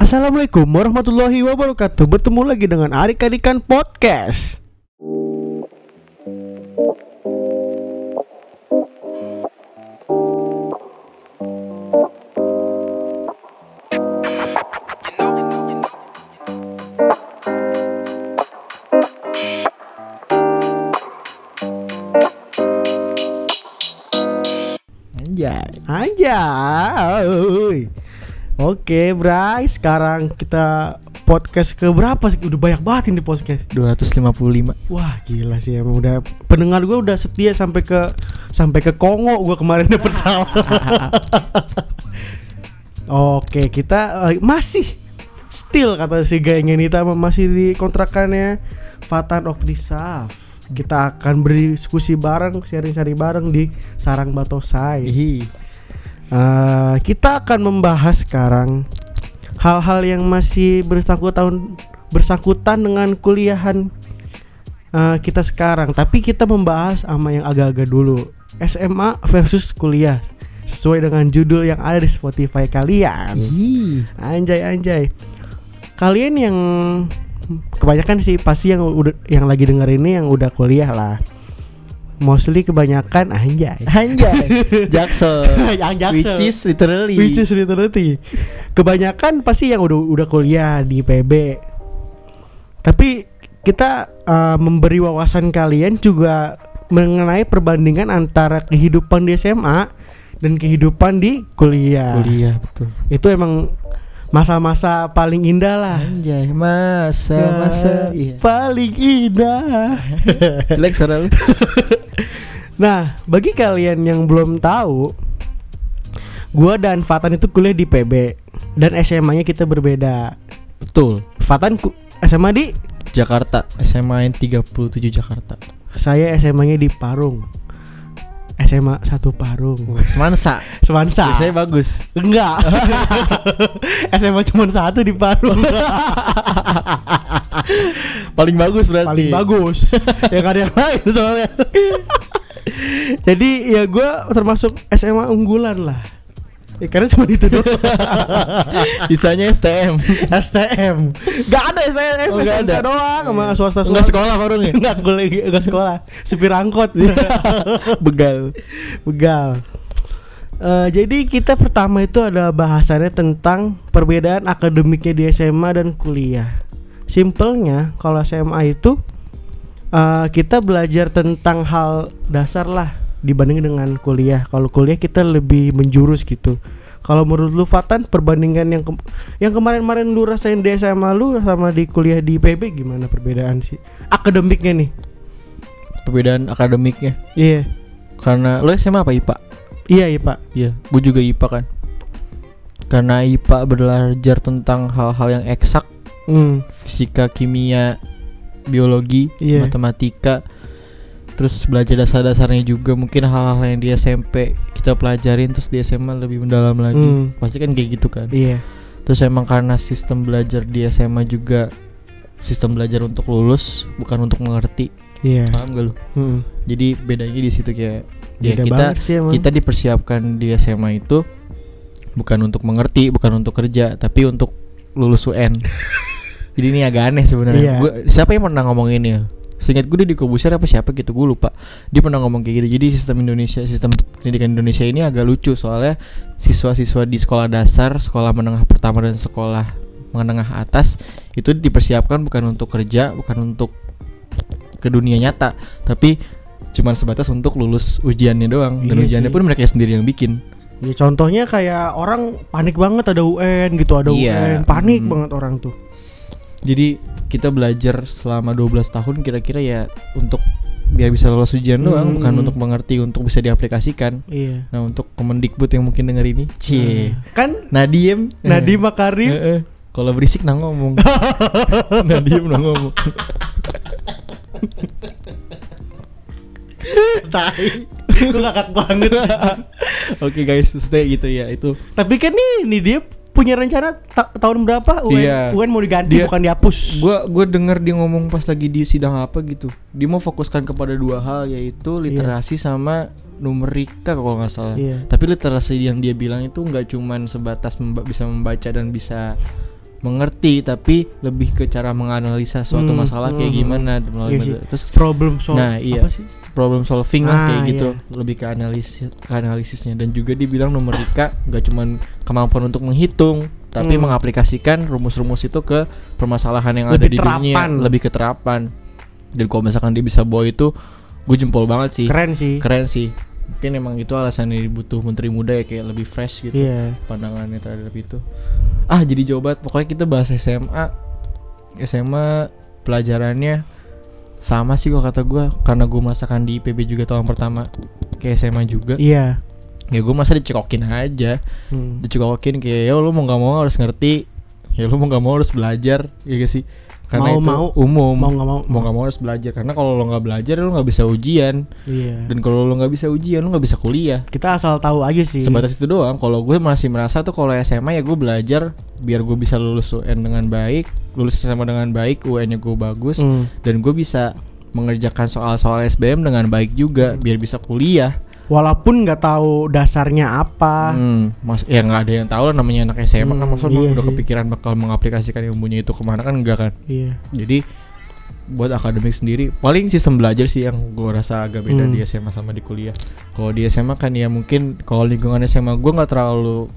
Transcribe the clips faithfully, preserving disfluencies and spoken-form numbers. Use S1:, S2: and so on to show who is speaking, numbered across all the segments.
S1: Assalamualaikum warahmatullahi wabarakatuh. Bertemu lagi dengan Adik-Adikan Podcast.
S2: Anjay.
S1: Anjay. Oke, Bray, sekarang kita podcast ke berapa sih? Udah banyak banget ini podcast.
S2: dua ratus lima puluh lima.
S1: Wah, gila sih emang udah pendengar gue udah setia sampai ke sampai ke Kongo gue kemarin dapet salah. Oke, kita uh, masih still kata si Gaengenita masih di kontrakannya Fatan of the Saf. Kita akan berdiskusi bareng, sharing-sharing bareng di Sarang Batosai. Uh, kita akan membahas sekarang hal-hal yang masih bersangkutan bersangkutan dengan kuliahan uh, kita sekarang. Tapi kita membahas sama yang agak-agak dulu, S M A versus kuliah, sesuai dengan judul yang ada di Spotify kalian. Anjay anjay. Kalian yang kebanyakan sih pasti yang udah yang lagi denger ini yang udah kuliah lah. Mostly kebanyakan anjay
S2: Anjay Jaksel.
S1: Yang Jaksel
S2: Which is literally
S1: Which is literally kebanyakan pasti yang udah udah kuliah di P B. Tapi kita uh, memberi wawasan kalian juga mengenai perbandingan antara kehidupan di S M A dan kehidupan di kuliah.
S2: Kuliah betul.
S1: Itu emang masa-masa paling indah lah.
S2: Anjay, masa-masa
S1: ya, iya. Paling indah.
S2: Jelek suara lu.
S1: Nah, bagi kalian yang belum tahu, gua dan Fatan itu kuliah di P B dan S M A-nya kita berbeda.
S2: Betul.
S1: Fatan ku- S M A di
S2: Jakarta, S M A N tiga puluh tujuh Jakarta.
S1: Saya S M A-nya di Parung. S M A satu Parung.
S2: Semansa.
S1: Semansa.
S2: Saya bagus.
S1: Enggak. S M A cuma satu di Parung.
S2: Paling bagus berarti.
S1: Paling bagus. Ya gak ada yang lain soalnya. Jadi ya gue termasuk S M A unggulan lah. Ya, karena cuma itu doang.
S2: Bisanya S T M.
S1: S T M. Gak ada S T M,
S2: Oh,
S1: S M K
S2: ada.
S1: doang sama swasta swasta.
S2: Enggak sekolah Parung ya?
S1: Enggak boleh, enggak sekolah. Supir angkot.
S2: Begal.
S1: Begal. Uh, jadi kita pertama itu ada bahasannya tentang perbedaan akademiknya di S M A dan kuliah. Simpelnya kalau S M A itu uh, kita belajar tentang hal dasar lah dibanding dengan kuliah. Kalau kuliah kita lebih menjurus gitu. Kalau menurut lu Fatan, perbandingan yang ke- yang kemarin-kemarin lu rasain di S M A lu sama di kuliah di P B gimana perbedaan sih akademiknya nih?
S2: Perbedaan akademiknya.
S1: Iya.
S2: Karena lu S M A apa I P A?
S1: Iya, iya Pak.
S2: Iya, gue juga I P A kan. Karena I P A belajar tentang hal-hal yang eksak,
S1: Hmm.
S2: fisika, kimia, biologi,
S1: Iya.
S2: matematika. Terus belajar dasar-dasarnya juga, mungkin hal-hal yang di S M P kita pelajarin terus di S M A lebih mendalam lagi.
S1: Hmm.
S2: Pasti kan kayak gitu kan.
S1: Iya.
S2: Terus emang karena sistem belajar di S M A juga sistem belajar untuk lulus, bukan untuk mengerti.
S1: Iya.
S2: Paham gak lu?
S1: Hmm.
S2: Jadi bedanya di situ kayak ya
S1: Beda
S2: kita
S1: banget sih emang.
S2: kita dipersiapkan di S M A itu bukan untuk mengerti, bukan untuk kerja, tapi untuk lulus U N. Jadi ini agak aneh sebenarnya.
S1: Iya.
S2: Gua, siapa yang pernah ngomong ini ya? Seingat gue dia di Kobuser apa siapa gitu, gue lupa. Dia pernah ngomong kayak gitu. Jadi sistem Indonesia, sistem pendidikan Indonesia ini agak lucu soalnya siswa-siswa di sekolah dasar, sekolah menengah pertama dan sekolah menengah atas itu dipersiapkan bukan untuk kerja, bukan untuk ke dunia nyata, tapi cuma sebatas untuk lulus ujiannya doang. Dan
S1: Iya
S2: ujiannya
S1: sih.
S2: pun mereka sendiri yang bikin.
S1: Ya contohnya kayak orang panik banget ada U N gitu, ada
S2: Iya.
S1: U N, panik
S2: Hmm.
S1: banget orang tuh.
S2: Jadi kita belajar selama dua belas tahun kira-kira ya untuk biar bisa lolos ujian doang,
S1: Hmm.
S2: bukan untuk mengerti, untuk bisa diaplikasikan.
S1: Iya.
S2: Nah, untuk Kemendikbud yang mungkin denger ini, cie.
S1: Kan
S2: Nadiem,
S1: Nadiem Makarim.
S2: Eh, eh. Kalau berisik nah ngomong. Nadiem nah ngomong.
S1: Tai. Gue ngakak banget.
S2: Oke guys, stay gitu ya itu.
S1: Tapi kan nih, nih dia punya rencana ta- tahun berapa U N,
S2: Iya.
S1: U N mau diganti
S2: Dia-
S1: bukan dihapus.
S2: Gua gua denger dia ngomong pas lagi di sidang apa gitu. Dia mau fokuskan kepada dua hal, yaitu literasi sama numerika kalau nggak salah.
S1: Iya.
S2: Tapi literasi yang dia bilang itu nggak cuman sebatas memba- bisa membaca dan bisa mengerti, tapi lebih ke cara menganalisa suatu
S1: Hmm,
S2: masalah kayak
S1: hmm,
S2: gimana melalui
S1: iya sih.
S2: metode. Terus
S1: Problem solve.
S2: nah iya
S1: Apa sih?
S2: problem solving lah
S1: Ah,
S2: kayak gitu,
S1: iya.
S2: lebih ke analisis ke analisisnya. Dan juga dibilang numerika nggak cuman kemampuan untuk menghitung, tapi
S1: Hmm.
S2: mengaplikasikan rumus-rumus itu ke permasalahan yang ada
S1: Lebih
S2: di dunia,
S1: terapan.
S2: lebih ke terapan. Dan kalau misalkan dia bisa bawa itu, gue jempol banget sih.
S1: Keren sih.
S2: Keren sih. Mungkin emang itu alasannya butuh menteri muda ya, kayak lebih fresh gitu
S1: Iya.
S2: pandangannya terhadap itu. Ah jadi jauh banget. Pokoknya kita bahas S M A. S M A pelajarannya sama sih kalau kata gue, karena gue merasakan di I P B juga tahun pertama kayak S M A juga.
S1: Iya.
S2: Ya gue masa dicekokin aja,
S1: Hmm.
S2: dicekokin kayak ya lu mau nggak mau harus ngerti, ya lu mau nggak mau harus belajar, ya gak sih? Karena
S1: Mau-
S2: itu
S1: mau.
S2: umum,
S1: Mau nggak mau.
S2: mau nggak mau harus belajar. Karena kalau lo nggak belajar lo nggak bisa ujian,
S1: Iya.
S2: dan kalau lo nggak bisa ujian lo nggak bisa kuliah.
S1: Kita asal tahu aja sih.
S2: Sebatas itu doang. Kalau gue masih merasa tuh kalau S M A ya gue belajar biar gue bisa lulus U N dengan baik, lulus S M A dengan baik, U N-nya gue bagus,
S1: Hmm.
S2: dan gue bisa mengerjakan soal-soal S B M dengan baik juga biar bisa kuliah.
S1: Walaupun nggak tahu dasarnya apa.
S2: Hmm, mas, ya nggak ada yang tahu lah namanya anak S M A kan,
S1: Hmm,
S2: maksudnya
S1: iya
S2: udah
S1: sih.
S2: kepikiran bakal mengaplikasikan ilmunya itu kemana kan, enggak kan?
S1: Iya.
S2: Jadi buat akademik sendiri paling sistem belajar sih yang gue rasa agak beda
S1: Hmm.
S2: di S M A sama di kuliah. Kalau di S M A kan ya mungkin kalau lingkungan S M A gue nggak terlalu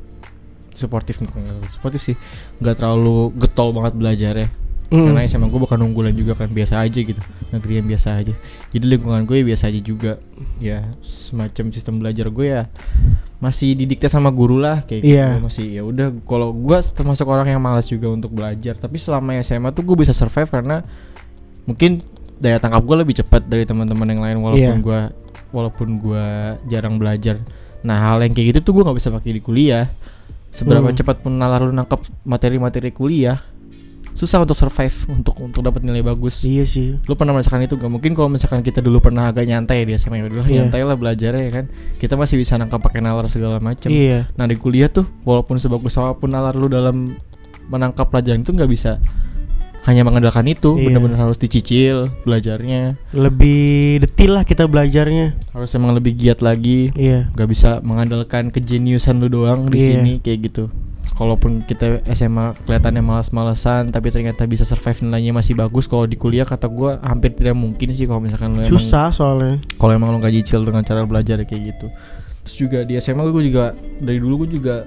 S2: suportif, nggak terlalu suportif sih, nggak terlalu getol banget belajar ya.
S1: Hmm.
S2: Karena S M A gue bukan unggulan juga kan, biasa aja gitu, negeri yang biasa aja. Jadi lingkungan gue ya biasa aja juga. Ya semacam sistem belajar gue ya masih didikte sama guru lah kayak
S1: Iya.
S2: gitu. Masih ya udah, kalau gue termasuk orang yang malas juga untuk belajar. Tapi selama S M A tuh gue bisa survive karena mungkin daya tangkap gue lebih cepat dari teman-teman yang lain, walaupun
S1: Iya.
S2: gue walaupun gue jarang belajar. Nah hal yang kayak gitu tuh gue nggak bisa pakai di kuliah. Seberapa
S1: Hmm.
S2: cepat pun nalar lu nangkep materi-materi kuliah, susah untuk survive, untuk untuk dapat nilai bagus.
S1: Iya sih.
S2: Lu pernah merasakan itu gak? Mungkin kalau misalkan kita dulu pernah agak nyantai di S M A, udah
S1: Iya.
S2: nyantai lah belajarnya ya kan, kita masih bisa nangkap pakai nalar segala macam.
S1: Iya.
S2: Nah di kuliah tuh walaupun sebagus apapun nalar lu dalam menangkap pelajaran itu nggak bisa hanya mengandalkan itu.
S1: Iya.
S2: Benar-benar harus dicicil belajarnya,
S1: Lebih detil lah kita belajarnya.
S2: harus emang lebih giat lagi.
S1: Iya.
S2: Gak bisa mengandalkan kejeniusan lu doang di
S1: Iya.
S2: sini kayak gitu. Kalaupun kita S M A kelihatannya malas-malesan, tapi ternyata bisa survive, nilainya masih bagus. Kalau di kuliah kata gue hampir tidak mungkin sih kalau misalkan lu emang,
S1: Susah soalnya.
S2: kalau emang lu gak cicil dengan cara belajar kayak gitu. Terus juga di S M A gue juga dari dulu gue juga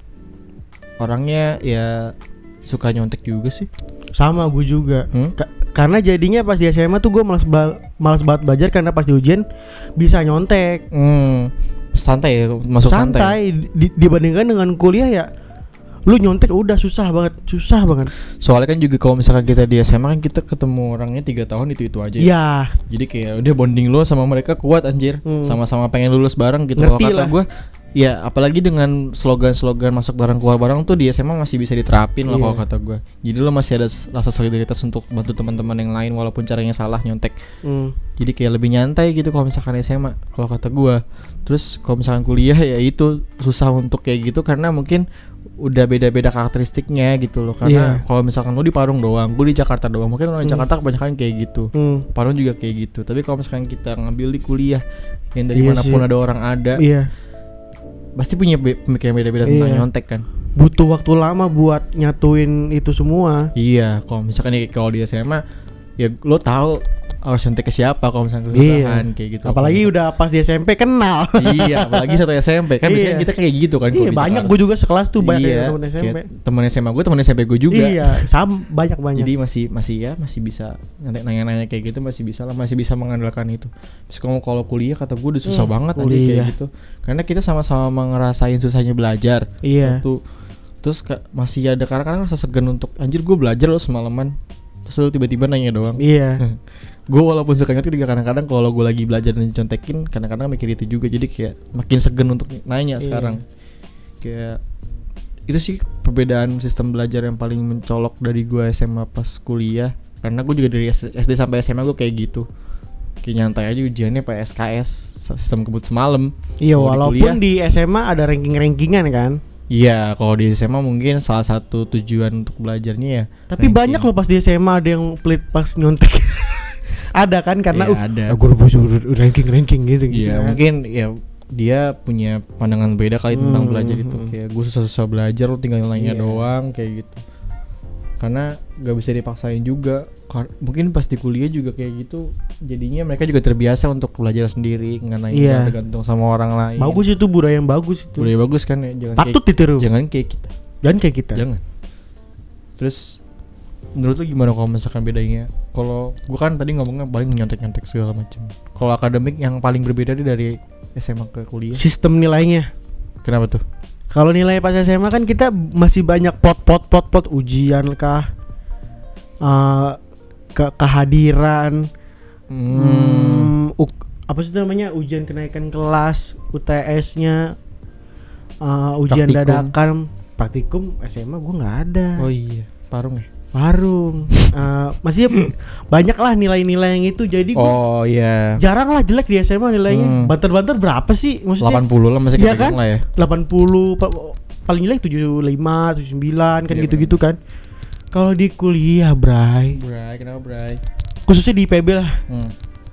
S2: orangnya ya suka nyontek juga sih.
S1: Sama gue juga.
S2: Hmm?
S1: Ka- karena jadinya pas di S M A tuh gue malas ba- malas banget belajar karena pas di ujian bisa nyontek.
S2: Hmm, santai ya, masuk santai.
S1: Santai di- dibandingkan dengan kuliah ya. Lu nyontek udah susah banget, susah banget.
S2: Soalnya kan juga kalau misalkan kita di S M A kan kita ketemu orangnya tiga tahun itu-itu aja.
S1: Iya.
S2: Jadi kayak udah bonding lu sama mereka kuat anjir.
S1: Hmm.
S2: Sama-sama pengen lulus bareng gitu.
S1: Ngerti
S2: Kalau kata
S1: lah.
S2: gue, ya apalagi dengan slogan-slogan masuk bareng keluar bareng tuh di S M A masih bisa diterapin lah
S1: Iya.
S2: kalau kata gue. Jadi lu masih ada s- rasa solidaritas untuk bantu teman-teman yang lain walaupun caranya salah nyontek.
S1: Hmm.
S2: Jadi kayak lebih nyantai gitu kalau misalkan S M A kalau kata gua. Terus kalau misalkan kuliah ya itu susah untuk kayak gitu karena mungkin udah beda-beda karakteristiknya gitu loh. Karena
S1: Iya.
S2: kalau misalkan lu di Parung doang, gua di Jakarta doang, mungkin orang di
S1: Hmm.
S2: Jakarta kebanyakan kayak gitu.
S1: Hmm.
S2: Parung juga kayak gitu. Tapi kalau misalkan kita ngambil di kuliah yang dari
S1: Iya
S2: manapun
S1: sih.
S2: ada orang ada,
S1: Iya.
S2: pasti punya be- pemikiran beda-beda tentang
S1: Iya.
S2: nyontek kan.
S1: Butuh waktu lama buat nyatuin itu semua.
S2: Iya, kalau misalkan ya kalau di S M A ya lo tahu harus nyontek ke siapa kalau misalkan
S1: Iya.
S2: kesusahan kayak gitu.
S1: Apalagi
S2: Kalau-
S1: udah pas di S M P kenal.
S2: Iya, apalagi satu S M P kan biasanya
S1: Iya.
S2: kita kayak gitu kan. kalau
S1: Iya,
S2: di
S1: banyak
S2: Jakarta.
S1: gue juga sekelas tuh banyak
S2: Iya,
S1: temen S M P.
S2: kayak temen S M A gue, temen S M P gue juga.
S1: Iya, sam banyak banyak.
S2: Jadi masih masih ya masih bisa nanti nanya-nanya kayak gitu, masih bisa lah, masih bisa mengandalkan itu. Terus kalau kalau kuliah kata gue udah susah
S1: Hmm,
S2: banget nanti
S1: kuliah.
S2: kayak gitu. Karena kita sama-sama ngerasain susahnya belajar.
S1: Iya.
S2: Satu. Terus ka- masih ada kadang-kadang rasa segan untuk anjir gue belajar loh semalaman. Terus lu tiba-tiba nanya doang.
S1: Iya.
S2: Gue walaupun suka nyontek juga kadang-kadang kalau gue lagi belajar dan dicontekin kadang-kadang mikir itu juga, jadi kayak makin segan untuk nanya
S1: Iya.
S2: sekarang. Kayak itu sih perbedaan sistem belajar yang paling mencolok dari gue S M A pas kuliah. Karena gue juga dari S D sampai S M A gue kayak gitu, kayak nyantai aja ujiannya pakai S K S, sistem kebut semalam.
S1: Iya,
S2: Kalau di
S1: walaupun
S2: kuliah-
S1: di S M A ada ranking-rankingan kan.
S2: Iya, kalau di S M A mungkin salah satu tujuan untuk belajarnya ya.
S1: Tapi
S2: ranking.
S1: banyak loh pas di S M A ada yang pelit pas nyontek. Ada kan karena
S2: Iya,
S1: uh,
S2: ada.
S1: "Ah, gua udah ranking-ranking gitu gitu.
S2: Iya,
S1: kan.
S2: mungkin ya dia punya pandangan beda kali tentang
S1: Hmm,
S2: belajar itu.
S1: hmm.
S2: Kayak gue susah-susah belajar, lu tinggal nanya
S1: Iya.
S2: doang kayak gitu. karena nggak bisa dipaksain juga. Kar- mungkin pas di kuliah juga kayak gitu, jadinya mereka juga terbiasa untuk belajar sendiri, nggak naik
S1: Iya.
S2: tergantung sama orang lain.
S1: Bagus itu, budaya yang bagus itu.
S2: Budaya bagus kan ya, jangan
S1: Patut
S2: kayak,
S1: ditiru.
S2: jangan kayak kita.
S1: Jangan kayak kita.
S2: Jangan. Terus menurut lu gimana kalau misalkan bedanya? Kalau gua kan tadi ngomongnya paling nyontek-nyontek segala macam. Kalau akademik yang paling berbeda tuh dari S M A ke kuliah.
S1: Sistem nilainya.
S2: Kenapa tuh?
S1: Kalau nilai pas S M A kan kita masih banyak pot-pot pot-pot ujian kah, uh, ke kehadiran,
S2: Hmm.
S1: hmm, u- apa sih namanya, ujian kenaikan kelas, U T S-nya, uh, ujian
S2: Praktikum.
S1: dadakan, praktikum S M A gue nggak ada.
S2: Oh iya, parung ya.
S1: Warung, uh, masih banyak lah nilai-nilai yang itu. Jadi gua
S2: Oh iya.
S1: jarang lah jelek di S M A nilainya.
S2: Hmm.
S1: Banter-banter berapa sih? Maksudnya
S2: delapan puluh lah masih
S1: Iya
S2: kepegang
S1: kan?
S2: lah ya.
S1: delapan puluh pa- paling jelek tujuh puluh lima, tujuh puluh sembilan kan,
S2: Iya,
S1: gitu-gitu kan. Kalau di kuliah, Bray,
S2: Bray, kenapa Bray?
S1: khususnya di I P B lah,
S2: Hmm.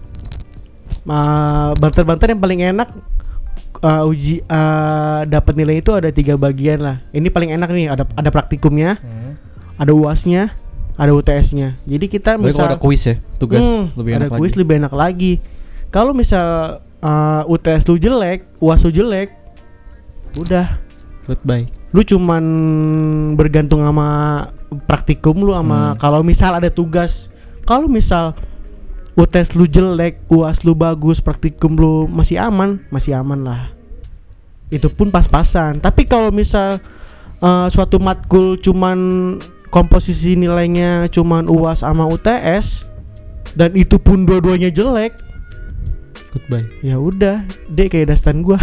S1: uh, banter-banter yang paling enak, uh, uji uh, dapat nilai itu ada tiga bagian lah. Ini paling enak nih, ada ada praktikumnya,
S2: Hmm.
S1: ada U A S-nya, ada U T S-nya. Jadi kita
S2: Berarti kalau
S1: misal
S2: ada kuis ya, tugas
S1: Hmm,
S2: lebih
S1: ada
S2: enak
S1: kuis
S2: lagi.
S1: lebih enak lagi. Kalau misal uh, U T S lu jelek, U A S lu jelek, udah
S2: Goodbye.
S1: lu cuman bergantung sama praktikum lu sama
S2: Hmm.
S1: kalau misal ada tugas. Kalau misal U T S lu jelek, U A S lu bagus, praktikum lu masih aman, masih aman lah. Itu pun pas-pasan. Tapi kalau misal uh, suatu matkul cuman komposisi nilainya cuman U A S sama U T S dan itu pun dua-duanya jelek,
S2: Goodbye.
S1: ya udah, dek kayak dastan gua.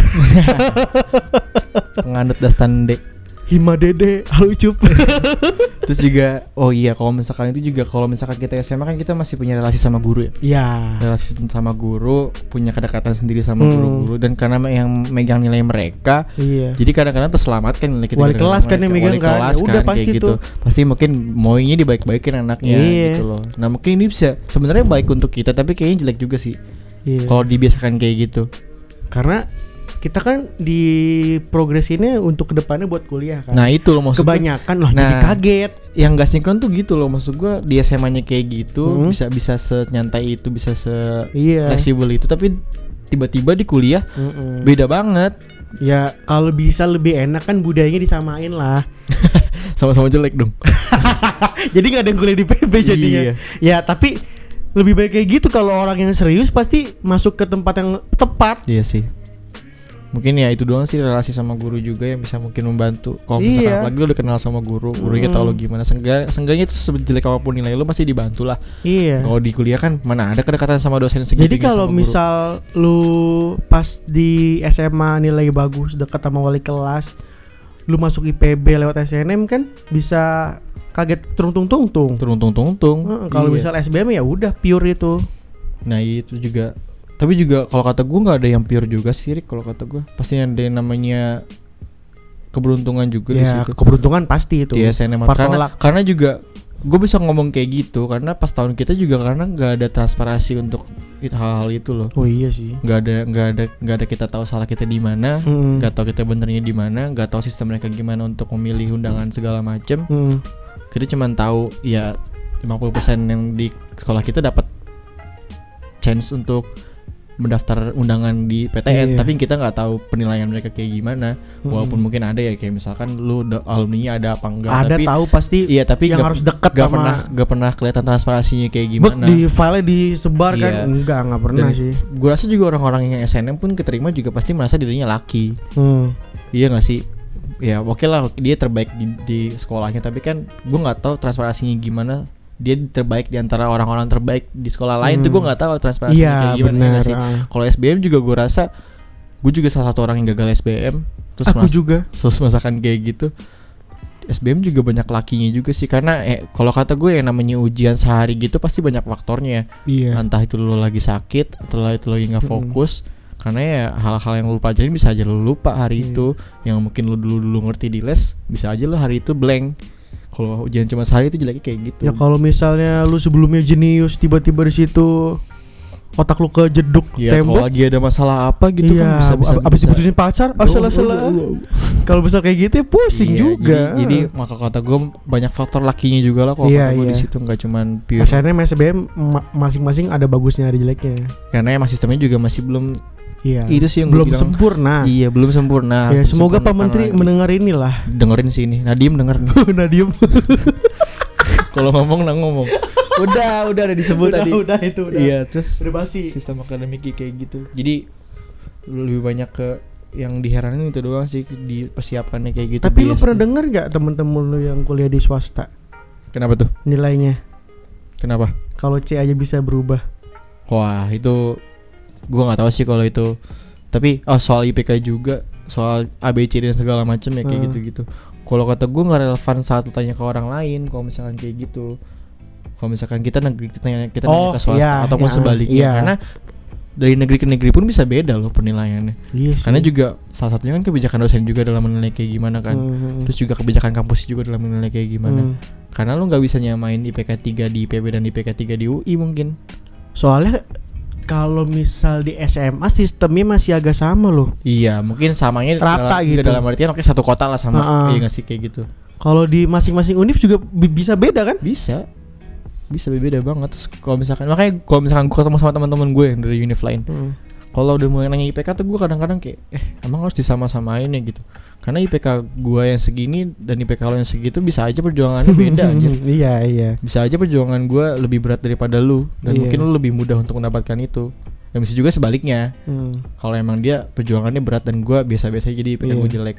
S2: Penganut dastan dek.
S1: Hima dede, halo cup.
S2: Terus juga, oh iya, kalau misalkan itu juga kalau misalkan kita S M A kan kita masih punya relasi sama guru ya.
S1: Ya.
S2: Relasi sama guru, punya kedekatan sendiri sama
S1: Hmm.
S2: guru-guru, dan karena yang megang nilai mereka,
S1: Iya.
S2: jadi kadang-kadang terselamatkan nilai kita.
S1: Wali
S2: gara-gara
S1: kelas kan yang
S2: mereka.
S1: megang
S2: Wali
S1: kan.
S2: kelas
S1: Ya udah
S2: kan,
S1: pasti
S2: kayak gitu.
S1: tuh.
S2: Pasti mungkin maunya dibaik-baikin anaknya
S1: Iya.
S2: gitu loh. Nah mungkin ini bisa sebenarnya baik untuk kita, tapi kayaknya jelek juga sih
S1: Iya.
S2: kalau dibiasakan kayak gitu.
S1: Karena kita kan di progres ini untuk kedepannya buat kuliah kan.
S2: Nah itu loh maksud gua,
S1: kebanyakan loh,
S2: Nah.
S1: jadi kaget.
S2: yang gak sinkron tuh gitu loh, maksud gua di S M A-nya kayak gitu,
S1: Hmm.
S2: bisa bisa senyantai itu, bisa se
S1: Iya.
S2: fleksibel itu, tapi tiba-tiba di kuliah
S1: Mm-mm.
S2: beda banget.
S1: Ya kalau bisa lebih enak kan budayanya disamain lah.
S2: Sama-sama jelek dong.
S1: Jadi nggak ada yang kuliah di P B jadinya.
S2: Iya.
S1: Ya tapi lebih baik kayak gitu. Kalau orang yang serius pasti masuk ke tempat yang tepat.
S2: Iya sih. Mungkin ya itu doang sih, relasi sama guru juga yang bisa mungkin membantu. Kalau misalkan
S1: Iya.
S2: apalagi lu udah kenal sama guru, gurunya
S1: Hmm.
S2: tahu lu gimana. Seenggaknya, seenggaknya itu sejelek apapun nilai lu masih dibantu lah.
S1: Iya.
S2: Kalau di kuliah kan mana ada kedekatan sama dosen segitu.
S1: Jadi kalau misal lu pas di S M A nilai bagus, dekat sama wali kelas, lu masuk I P B lewat S N M kan bisa kaget tung-tung-tung-tung.
S2: turun-tung-tung.
S1: Heeh, kalau
S2: Iya.
S1: misal S B M ya udah pure itu.
S2: Nah itu juga. Tapi juga kalau kata gue nggak ada yang pure juga sih, Rick. Kalau kata gue pasti ada yang namanya keberuntungan juga di
S1: Ya
S2: situ.
S1: keberuntungan pasti itu.
S2: Di S N M
S1: Faktor
S2: karena
S1: luck.
S2: karena juga gue bisa ngomong kayak gitu karena pas tahun kita juga karena nggak ada transparansi untuk it- hal-hal itu loh.
S1: Oh iya sih.
S2: Nggak ada nggak ada nggak ada kita tahu salah kita di mana,
S1: Mm.
S2: nggak tahu kita benernya di mana, nggak tahu sistem mereka gimana untuk memilih undangan segala macem.
S1: Mm.
S2: Kita cuma tahu ya lima puluh persen yang di sekolah kita dapat chance untuk mendaftar undangan di P T N,
S1: Iya.
S2: tapi kita nggak tahu penilaian mereka kayak gimana.
S1: Mm.
S2: Walaupun mungkin ada ya kayak misalkan lu da- alumninya ada apa enggak,
S1: Ada
S2: tapi
S1: tahu pasti.
S2: iya tapi
S1: yang
S2: nggak-
S1: harus deket
S2: nggak
S1: sama-
S2: pernah nggak pernah kelihatan transparansinya kayak
S1: Bek
S2: gimana.
S1: di file disebar kan?
S2: Iya.
S1: Enggak, enggak pernah
S2: Dan
S1: sih.
S2: gue rasa juga orang-orang yang S N M pun keterima juga pasti merasa dirinya laki.
S1: Hmm.
S2: Iya nggak sih? Ya oke lah dia terbaik di, di sekolahnya, tapi kan gue nggak tahu transparansinya gimana. Dia terbaik di antara orang-orang terbaik di sekolah lain
S1: Hmm.
S2: tuh gue nggak tahu transparansinya
S1: Iya
S2: kayak gimana. ya
S1: benar.
S2: nggak sih?
S1: ah.
S2: Kalau S B M juga gue rasa gue juga salah satu orang yang gagal S B M. Terus
S1: Aku
S2: mas-
S1: juga.
S2: terus masakan kayak gitu. S B M juga banyak lakinya juga sih karena eh, kalau kata gue yang namanya ujian sehari gitu pasti banyak faktornya.
S1: Iya.
S2: Entah itu lo lagi sakit atau itu lo lagi nggak
S1: Mm-mm.
S2: fokus. Karena ya hal-hal yang lo pelajarin bisa aja lo lupa hari
S1: Iya.
S2: itu. Yang mungkin lo dulu-dulu ngerti di les bisa aja lo hari itu blank. Kalau ujian cuma sehari itu jeleknya kayak gitu.
S1: Ya kalau misalnya lu sebelumnya jenius tiba-tiba di situ otak lu kejeduk
S2: Ya, kalau
S1: tembok.
S2: lagi ada masalah apa gitu
S1: Iya,
S2: kan bisa bisa.
S1: ab- abis
S2: bisa.
S1: diputusin pacar, oh
S2: Oh,
S1: salah-salah.
S2: oh, oh, oh.
S1: Kalau misal kayak gitu ya pusing
S2: Iya,
S1: juga.
S2: Jadi, jadi maka kata gue banyak faktor lakinya juga lah kalau
S1: Iya,
S2: kata gue
S1: iya.
S2: di situ nggak cuman pure.
S1: S N M S B M ma- masing-masing ada bagusnya ada jeleknya.
S2: Karena emang sistemnya juga masih belum.
S1: Iya.
S2: Itu sih yang
S1: belum
S2: gua bilang.
S1: sempurna.
S2: Iya belum sempurna.
S1: Ya,
S2: harus
S1: semoga Pak
S2: disempurnakan
S1: Menteri
S2: lagi.
S1: mendengar inilah.
S2: Dengerin sih ini. Nadiem denger nih.
S1: Nadiem.
S2: Kalau ngomong nah ngomong. Udah, udah ada disebut
S1: udah,
S2: tadi.
S1: udah itu udah.
S2: Iya, terus
S1: Udah basi.
S2: sistem akademiknya kayak gitu. Jadi lebih banyak ke yang diheranin itu doang sih di persiapannya kayak gitu.
S1: Tapi lu
S2: biasanya.
S1: pernah denger gak temen-temen lu yang kuliah di swasta
S2: Kenapa tuh?
S1: nilainya
S2: Kenapa?
S1: kalau C aja bisa berubah?
S2: Wah, itu gua nggak tahu sih kalau itu. Tapi oh soal I P K juga, soal A B C dan segala macam ya kayak
S1: Hmm.
S2: gitu-gitu. Kalau kata gua nggak relevan saat lu tanya ke orang lain kalau misalkan kayak gitu. Kalau misalkan kita negeri kita nanya, kita nanya
S1: Oh,
S2: ke swasta
S1: iya,
S2: ataupun
S1: iya,
S2: sebaliknya
S1: iya.
S2: karena dari negeri ke negeri pun bisa beda loh penilaiannya.
S1: Iya sih.
S2: Karena juga salah satunya kan kebijakan dosen juga dalam menilai kayak gimana kan.
S1: Hmm.
S2: Terus juga kebijakan kampus juga dalam menilai kayak gimana.
S1: Hmm.
S2: Karena lu nggak bisa nyamain I P K tiga di I P B dan I P K tiga di U I mungkin.
S1: Soalnya kalau misal di S M A sistemnya masih agak sama loh.
S2: Iya, mungkin samanya
S1: Rata
S2: dalam,
S1: gitu.
S2: dalam artian oke satu kota lah sama.
S1: Ha-ha.
S2: Iya nggak sih kayak gitu.
S1: Kalau di masing-masing univ juga bi- bisa beda kan?
S2: Bisa. Bisa beda banget. Terus kalau misalkan makanya kalau misalkan gue ketemu sama teman-teman gue yang dari univ lain.
S1: Hmm.
S2: Kalau udah mulai nanya I P K tuh gue kadang-kadang kayak eh emang harus disama-samain ya gitu. Karena I P K gue yang segini dan I P K lo yang segitu bisa aja perjuangannya beda aja.
S1: Iya iya.
S2: Bisa aja perjuangan gue lebih berat daripada lu dan
S1: Iya.
S2: mungkin lu lebih mudah untuk mendapatkan itu. Dan bisa juga sebaliknya.
S1: Hmm.
S2: Kalau emang dia perjuangannya berat dan gue biasa-biasa jadi I P K
S1: Iya.
S2: gue jelek.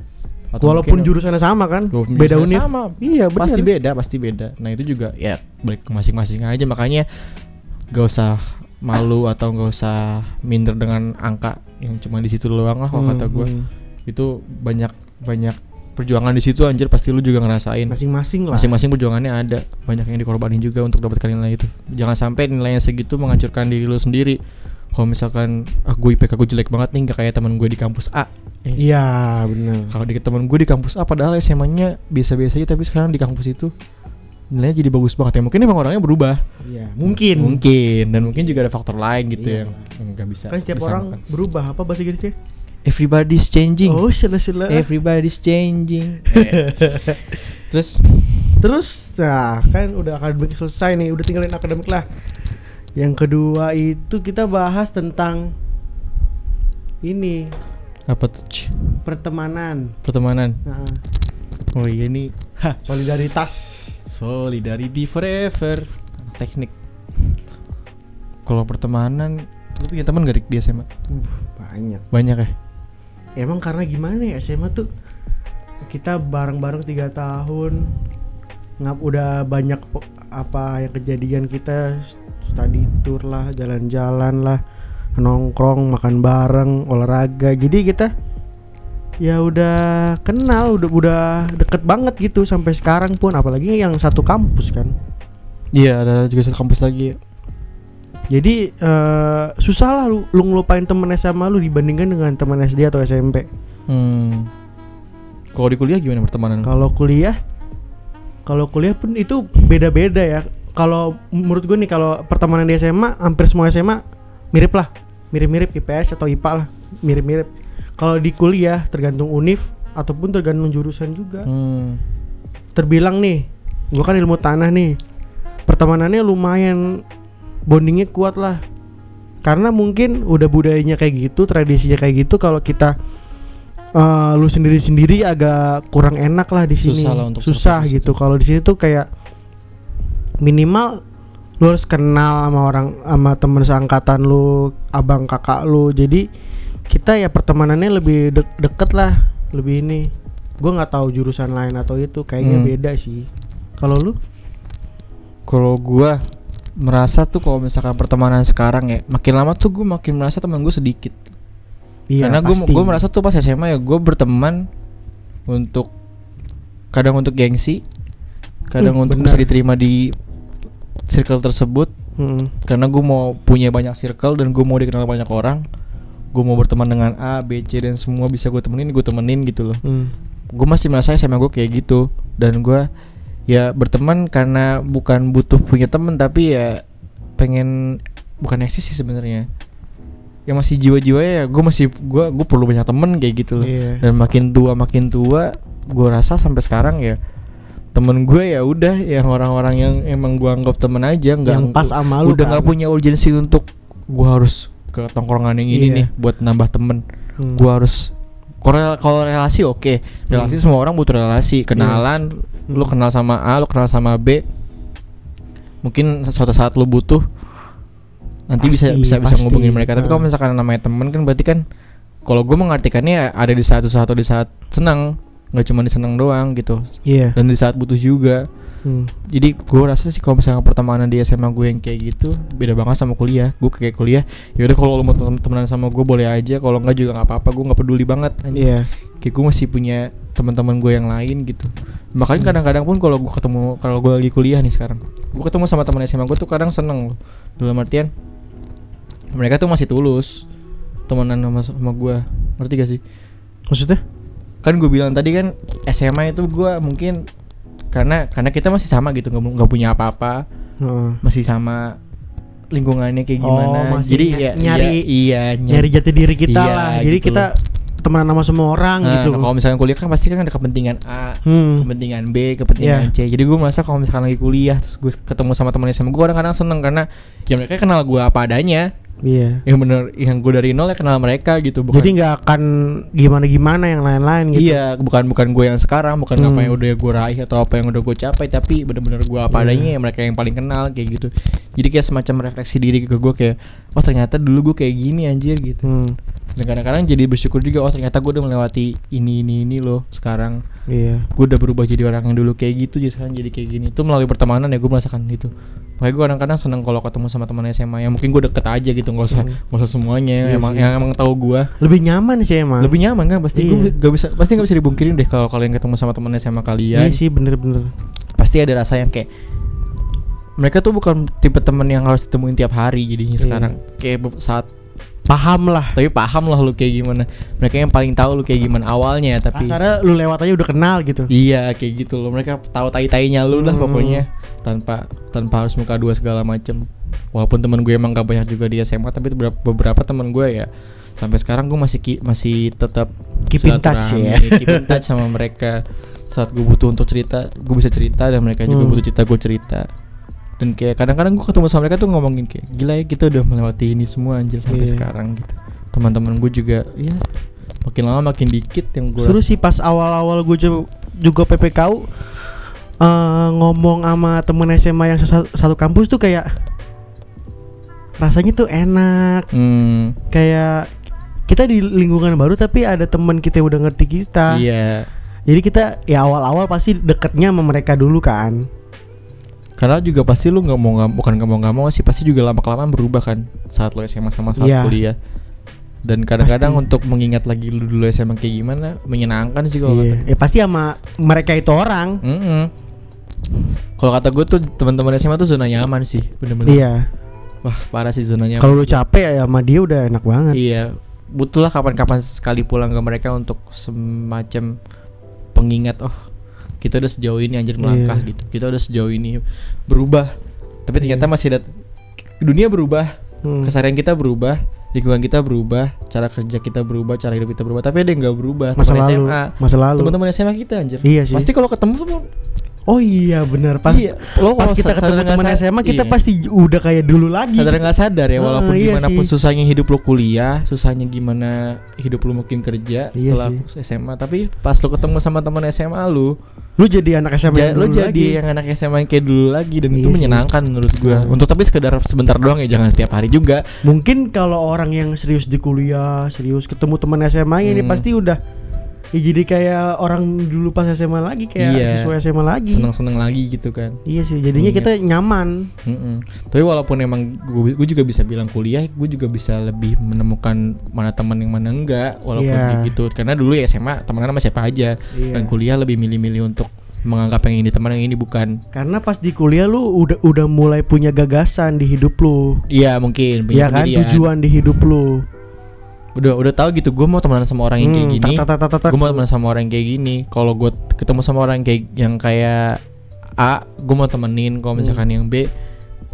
S2: Atau
S1: Walaupun
S2: mungkin-
S1: jurusannya sama kan?
S2: Walaupun
S1: Beda
S2: jurusannya
S1: univ.
S2: sama.
S1: Iya benar.
S2: Pasti beda, pasti beda. Nah itu juga ya balik ke masing-masing aja. Makanya gak usah malu atau gak usah minder dengan angka yang cuma di situ doang lah kalau
S1: Hmm,
S2: kata gue.
S1: hmm.
S2: Itu banyak banyak perjuangan di situ anjir pasti lu juga ngerasain.
S1: Masing-masing lah.
S2: Masing-masing perjuangannya ada. Banyak yang dikorbanin juga untuk dapatkan nilai itu. Jangan sampai nilainya segitu menghancurkan diri lu sendiri. Kalau misalkan ah gue I P K gue jelek banget nih gak kayak teman gue di kampus A. Eh,
S1: Iya benar.
S2: kalau di teman gue di kampus A padahal S M A-nya biasa-biasa aja tapi sekarang di kampus itu nilainya jadi bagus banget ya. Mungkin emang orangnya berubah.
S1: Iya mungkin.
S2: Mungkin dan mungkin juga ada faktor lain gitu
S1: Iya.
S2: yang nggak bisa.
S1: Kan setiap
S2: disamakan.
S1: orang berubah. Apa bahasa Inggrisnya?
S2: Everybody's changing.
S1: Oh sila-sila.
S2: Everybody's changing. Eh. Terus
S1: Terus nah kan udah akademik selesai nih. Udah tinggalin akademik lah. Yang kedua itu kita bahas tentang ini
S2: apa tuh? Ci?
S1: pertemanan.
S2: Pertemanan.
S1: Nah,
S2: Oh iya nih.
S1: hah, solidaritas.
S2: Solidarity forever. Teknik. Kalau pertemanan, lu punya teman gak Rik, di S M A?
S1: Uh, banyak.
S2: Banyak ya?
S1: Emang karena gimana ya S M A tuh kita bareng-bareng tiga tahun ngap udah banyak po- apa yang kejadian kita study tour lah, jalan-jalan lah, nongkrong, makan bareng, olahraga. Jadi kita ya udah kenal, udah udah deket banget gitu sampai sekarang pun, apalagi yang satu kampus kan.
S2: Iya, ada juga satu kampus lagi.
S1: Jadi eh, susah lah lu, lu ngelupain temen S M A lu dibandingkan dengan teman S D atau S M P.
S2: Hmm. Kalau di kuliah gimana pertemanan?
S1: Kalau kuliah, kalau kuliah pun itu beda-beda ya. Kalau menurut gue nih, kalau pertemanan di S M A, hampir semua S M A mirip lah, mirip-mirip I P S atau I P A lah, mirip-mirip. Kalau di kuliah tergantung univ ataupun tergantung jurusan juga.
S2: Hmm.
S1: Terbilang nih, gue kan ilmu tanah nih, pertemanannya lumayan, bondingnya kuat lah. Karena mungkin udah budayanya kayak gitu, tradisinya kayak gitu. Kalau kita Uh, lu sendiri-sendiri agak kurang enak lah di sini.
S2: Susah lah untuk
S1: susah
S2: survive di
S1: gitu.
S2: situ.
S1: Kalau di sini tuh kayak minimal lu harus kenal sama orang, sama temen seangkatan lu, abang kakak lu. Jadi kita ya pertemanannya lebih de- deket lah, lebih ini. Gue nggak tahu jurusan lain atau itu, kayaknya
S2: Hmm.
S1: beda sih. Kalau lu?
S2: Kalau gua merasa tuh kalau misalkan pertemanan sekarang ya, makin lama tuh gua makin merasa teman gua sedikit.
S1: Iya,
S2: Karena gua
S1: pasti.
S2: gua merasa tuh pas S M A ya gua berteman untuk kadang untuk gengsi, kadang
S1: Hmm,
S2: untuk
S1: benar.
S2: bisa diterima di circle tersebut.
S1: Hmm.
S2: Karena gue mau punya banyak circle dan gue mau dikenal banyak orang. Gue mau berteman dengan A, B, C dan semua bisa gue temenin, gue temenin gitu loh.
S1: Hmm.
S2: Gue masih merasa sama gue kayak gitu. Dan gue ya berteman karena bukan butuh punya temen, tapi ya pengen bukan eksis sih sebenarnya. Yang masih jiwa-jiwa ya, gue masih gue gue perlu banyak temen kayak gitu loh.
S1: Iya.
S2: Dan makin tua makin tua, gue rasa sampai sekarang ya temen gue ya udah yang orang-orang yang emang gue anggap temen aja, nggak
S1: Yang pas sama lu
S2: udah nggak
S1: kan.
S2: punya urgensi untuk gue harus ke tongkrongan yang ini
S1: Iya.
S2: nih buat nambah temen.
S1: Hmm.
S2: Gue harus kalau kalau relasi oke, relasi
S1: Hmm.
S2: semua orang butuh relasi, kenalan,
S1: Hmm.
S2: lu kenal sama A, lu kenal sama B, mungkin suatu saat lu butuh nanti bisa
S1: Pasti,
S2: bisa bisa
S1: pasti.
S2: ngubungin mereka. Tapi kalau
S1: Ah.
S2: misalkan namanya temen kan berarti kan kalau gue mengartikannya ada di saat susah atau di saat senang, nggak cuma di senang doang gitu,
S1: Iya.
S2: dan di saat butuh juga.
S1: Hmm.
S2: Jadi gue rasa sih kalau misalnya pertemanan di S M A gue yang kayak gitu beda banget sama kuliah. Gue kayak kuliah ya udah kalau lu mau tem- temenan sama gue boleh aja, kalau enggak juga nggak apa-apa, gue nggak peduli banget anjing.
S1: Iya.
S2: Kayak gue masih punya teman-teman gue yang lain gitu. Makanya kadang-kadang pun kalau gue ketemu, kalau gue lagi kuliah nih sekarang, gue ketemu sama teman S M A gue tuh kadang seneng loh. Dalam artian mereka tuh masih tulus temenan sama sama gue, ngerti gak sih?
S1: Maksudnya?
S2: Kan gue bilang tadi kan S M A itu gue mungkin karena karena kita masih sama gitu, nggak nggak punya apa-apa,
S1: Heeh.
S2: masih sama lingkungannya kayak
S1: Oh,
S2: gimana.
S1: masih
S2: Jadi
S1: ny-
S2: ya
S1: nyari-
S2: iya, iya
S1: Nyari jati diri kita
S2: Iya,
S1: lah. Jadi
S2: gitu
S1: kita temenan sama semua orang
S2: Nah,
S1: gitu.
S2: nah, kalau misalnya kuliah kan pasti kan ada kepentingan A,
S1: Hmm.
S2: kepentingan B, kepentingan C. Jadi gue merasa kalau misalkan lagi kuliah terus gue ketemu sama teman S M A gue, kadang-kadang seneng karena ya mereka kenal gue apa adanya.
S1: Iya.
S2: Yang bener, yang gue dari nol ya kenal mereka gitu. Bukan,
S1: Jadi nggak akan gimana-gimana yang lain-lain gitu.
S2: iya, bukan bukan gue yang sekarang, bukan
S1: Hmm.
S2: apa yang udah gue raih atau apa yang udah gue capai, tapi bener-bener gue apa
S1: Iya.
S2: adanya ya mereka yang paling kenal kayak gitu. Jadi kayak semacam refleksi diri ke gue kayak, oh ternyata dulu gue kayak gini anjir gitu.
S1: Hmm.
S2: Dan kadang-kadang jadi bersyukur juga, oh ternyata gue udah melewati ini ini ini loh sekarang.
S1: Iya.
S2: Gue udah berubah jadi orang yang dulu kayak gitu, jadi sekarang jadi kayak gini. Itu melalui pertemanan ya gue merasakan gitu. Makanya gue kadang-kadang seneng kalau ketemu sama teman S M A yang mungkin gue deket aja gitu, nggak usah
S1: Hmm.
S2: nggak usah semuanya.
S1: Iya
S2: emang
S1: sih.
S2: yang emang tahu gue
S1: Lebih nyaman sih emang.
S2: lebih nyaman kan pasti.
S1: Iya.
S2: Gue gak bisa, pasti nggak bisa dibungkirin deh kalau kalian ketemu sama teman S M A kalian.
S1: Iya sih, bener-bener.
S2: Pasti ada rasa yang kayak mereka tuh bukan tipe teman yang harus ditemuin tiap hari jadinya
S1: Iya.
S2: sekarang. Kayak be- saat
S1: Paham lah.
S2: tapi paham lah lu kayak gimana. Mereka yang paling tahu lu kayak gimana awalnya, tapi
S1: Kasarnya lu lewat aja udah kenal gitu.
S2: iya kayak gitu loh. Mereka tahu tai-tainya lu lah
S1: Hmm.
S2: pokoknya, tanpa tanpa harus muka dua segala macem. Walaupun teman gue emang gak banyak juga di S M A, tapi beberapa, beberapa teman gue ya sampai sekarang gue masih ki, masih tetap
S1: Keep in touch
S2: silaturahmi,
S1: ya.
S2: keep in touch sama mereka. Saat gue butuh untuk cerita, gue bisa cerita, dan mereka juga
S1: Hmm.
S2: butuh cerita, gue cerita. Dan kayak kadang-kadang gue ketemu sama mereka tuh ngomongin kayak, gila ya kita udah melewati ini semua anjir sampai
S1: Iya.
S2: sekarang gitu. Teman-teman gue juga ya makin lama makin dikit yang gue
S1: Seru sih pas awal-awal gue ju- juga P P K U eh, ngomong sama temen S M A yang sesa- satu kampus tuh kayak rasanya tuh enak.
S2: hmm,
S1: Kayak kita di lingkungan baru tapi ada temen kita yang udah ngerti kita.
S2: iya.
S1: Jadi kita ya awal-awal pasti deketnya sama mereka dulu kan.
S2: Karena juga pasti lu nggak mau nggak bukan nggak mau nggak mau sih, pasti juga lama kelamaan berubah kan saat lu S M A sama saat
S1: Iya.
S2: kuliah. Dan kadang-kadang
S1: Pasti.
S2: untuk mengingat lagi lu dulu S M A kayak gimana, menyenangkan sih kalau kata.
S1: Iya. Ya pasti sama mereka itu orang.
S2: Mm-mm. Kalau kata gue tuh teman-teman S M A tuh zona nyaman sih, bener-bener.
S1: Iya.
S2: Wah parah sih zona nyaman.
S1: Kalau lu capek ya sama dia udah enak banget.
S2: Iya, butuhlah kapan-kapan sekali pulang ke mereka untuk semacam pengingat, oh kita udah sejauh ini anjir melangkah
S1: Iya.
S2: gitu. Kita udah sejauh ini berubah. Tapi ternyata
S1: Iya.
S2: masih ada, dunia berubah,
S1: Hmm.
S2: keseharian kita berubah, lingkungan kita berubah, cara kerja kita berubah, cara hidup kita berubah. Tapi ada yang nggak berubah.
S1: Masa
S2: Teman
S1: lalu.
S2: S M A,
S1: Masa lalu.
S2: teman-teman S M A kita anjir.
S1: Iya sih.
S2: Pasti kalau ketemu tuh
S1: Oh iya benar pas
S2: iya, lo
S1: pas
S2: kalau
S1: kita
S2: sadar
S1: ketemu
S2: nggak
S1: teman
S2: sad-
S1: S M A kita
S2: iya.
S1: pasti udah kayak dulu lagi.
S2: sadar nggak sadar ya,
S1: Ah,
S2: walaupun
S1: iya
S2: gimana pun
S1: sih.
S2: susahnya hidup lo kuliah, susahnya gimana hidup lo mungkin kerja
S1: Iya
S2: setelah
S1: sih.
S2: S M A, tapi pas lo ketemu sama teman S M A lu,
S1: Lu jadi anak S M A
S2: ja-
S1: yang
S2: lo
S1: dulu
S2: jadi
S1: lagi.
S2: yang anak S M A yang kayak dulu lagi, dan
S1: Iya
S2: itu
S1: sih.
S2: menyenangkan menurut gua.
S1: Hmm.
S2: Untuk tapi sekedar sebentar doang ya, jangan setiap hari juga.
S1: Mungkin kalau orang yang serius di kuliah, serius ketemu teman S M A ini
S2: Hmm.
S1: pasti udah ya jadi kayak orang dulu pas S M A lagi, kayak
S2: Iya.
S1: siswa S M A lagi.
S2: Seneng-seneng lagi gitu kan.
S1: Iya sih, jadinya
S2: Iya.
S1: kita nyaman.
S2: Mm-mm. Tapi walaupun emang gue juga bisa bilang kuliah, gue juga bisa lebih menemukan mana teman yang mana enggak, walaupun
S1: Iya.
S2: kayak gitu. Karena dulu ya S M A temenan sama siapa aja,
S1: Iya.
S2: dan kuliah lebih milih-milih untuk menganggap yang ini teman, yang ini bukan.
S1: Karena pas di kuliah lu udah udah mulai punya gagasan di hidup lu.
S2: Iya mungkin.
S1: Iya
S2: punya
S1: kan,
S2: pendirian.
S1: tujuan di hidup lu.
S2: Udah udah tahu gitu. Gue mau temenan sama orang yang kayak
S1: Hmm,
S2: gini.
S1: tak, tak, tak, tak, tak.
S2: Gue mau temenan sama orang yang kayak gini. Kalau gue ketemu sama orang kayak yang kayak A, gue mau temenin. Kalau misalkan yang B,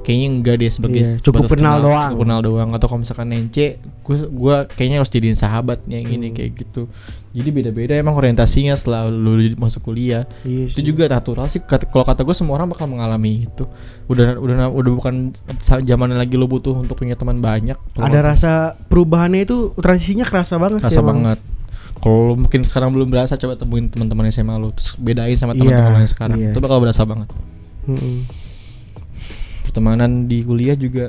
S2: kayaknya enggak deh sebagai
S1: Iya, cukup
S2: sebatas
S1: kenal doang.
S2: cukup kenal doang. Atau kalau misalkan nence, gue gue kayaknya harus jadiin sahabatnya yang ini
S1: Hmm.
S2: kayak gitu. Jadi beda-beda emang orientasinya setelah lu masuk kuliah.
S1: Iya
S2: Itu
S1: sih.
S2: juga natural sih. Kata, kalau kata gue semua orang bakal mengalami itu. Udah udah udah bukan zaman lagi lu butuh untuk punya teman banyak.
S1: Ada rasa perubahannya itu transisinya kerasa banget sih.
S2: rasa
S1: emang.
S2: banget. Kalau lu mungkin sekarang belum berasa, coba temuin teman-teman S M A lu, terus bedain sama
S1: Iya,
S2: teman-teman yang sekarang.
S1: iya.
S2: Itu bakal berasa banget.
S1: Mm-mm.
S2: Pertemanan di kuliah juga,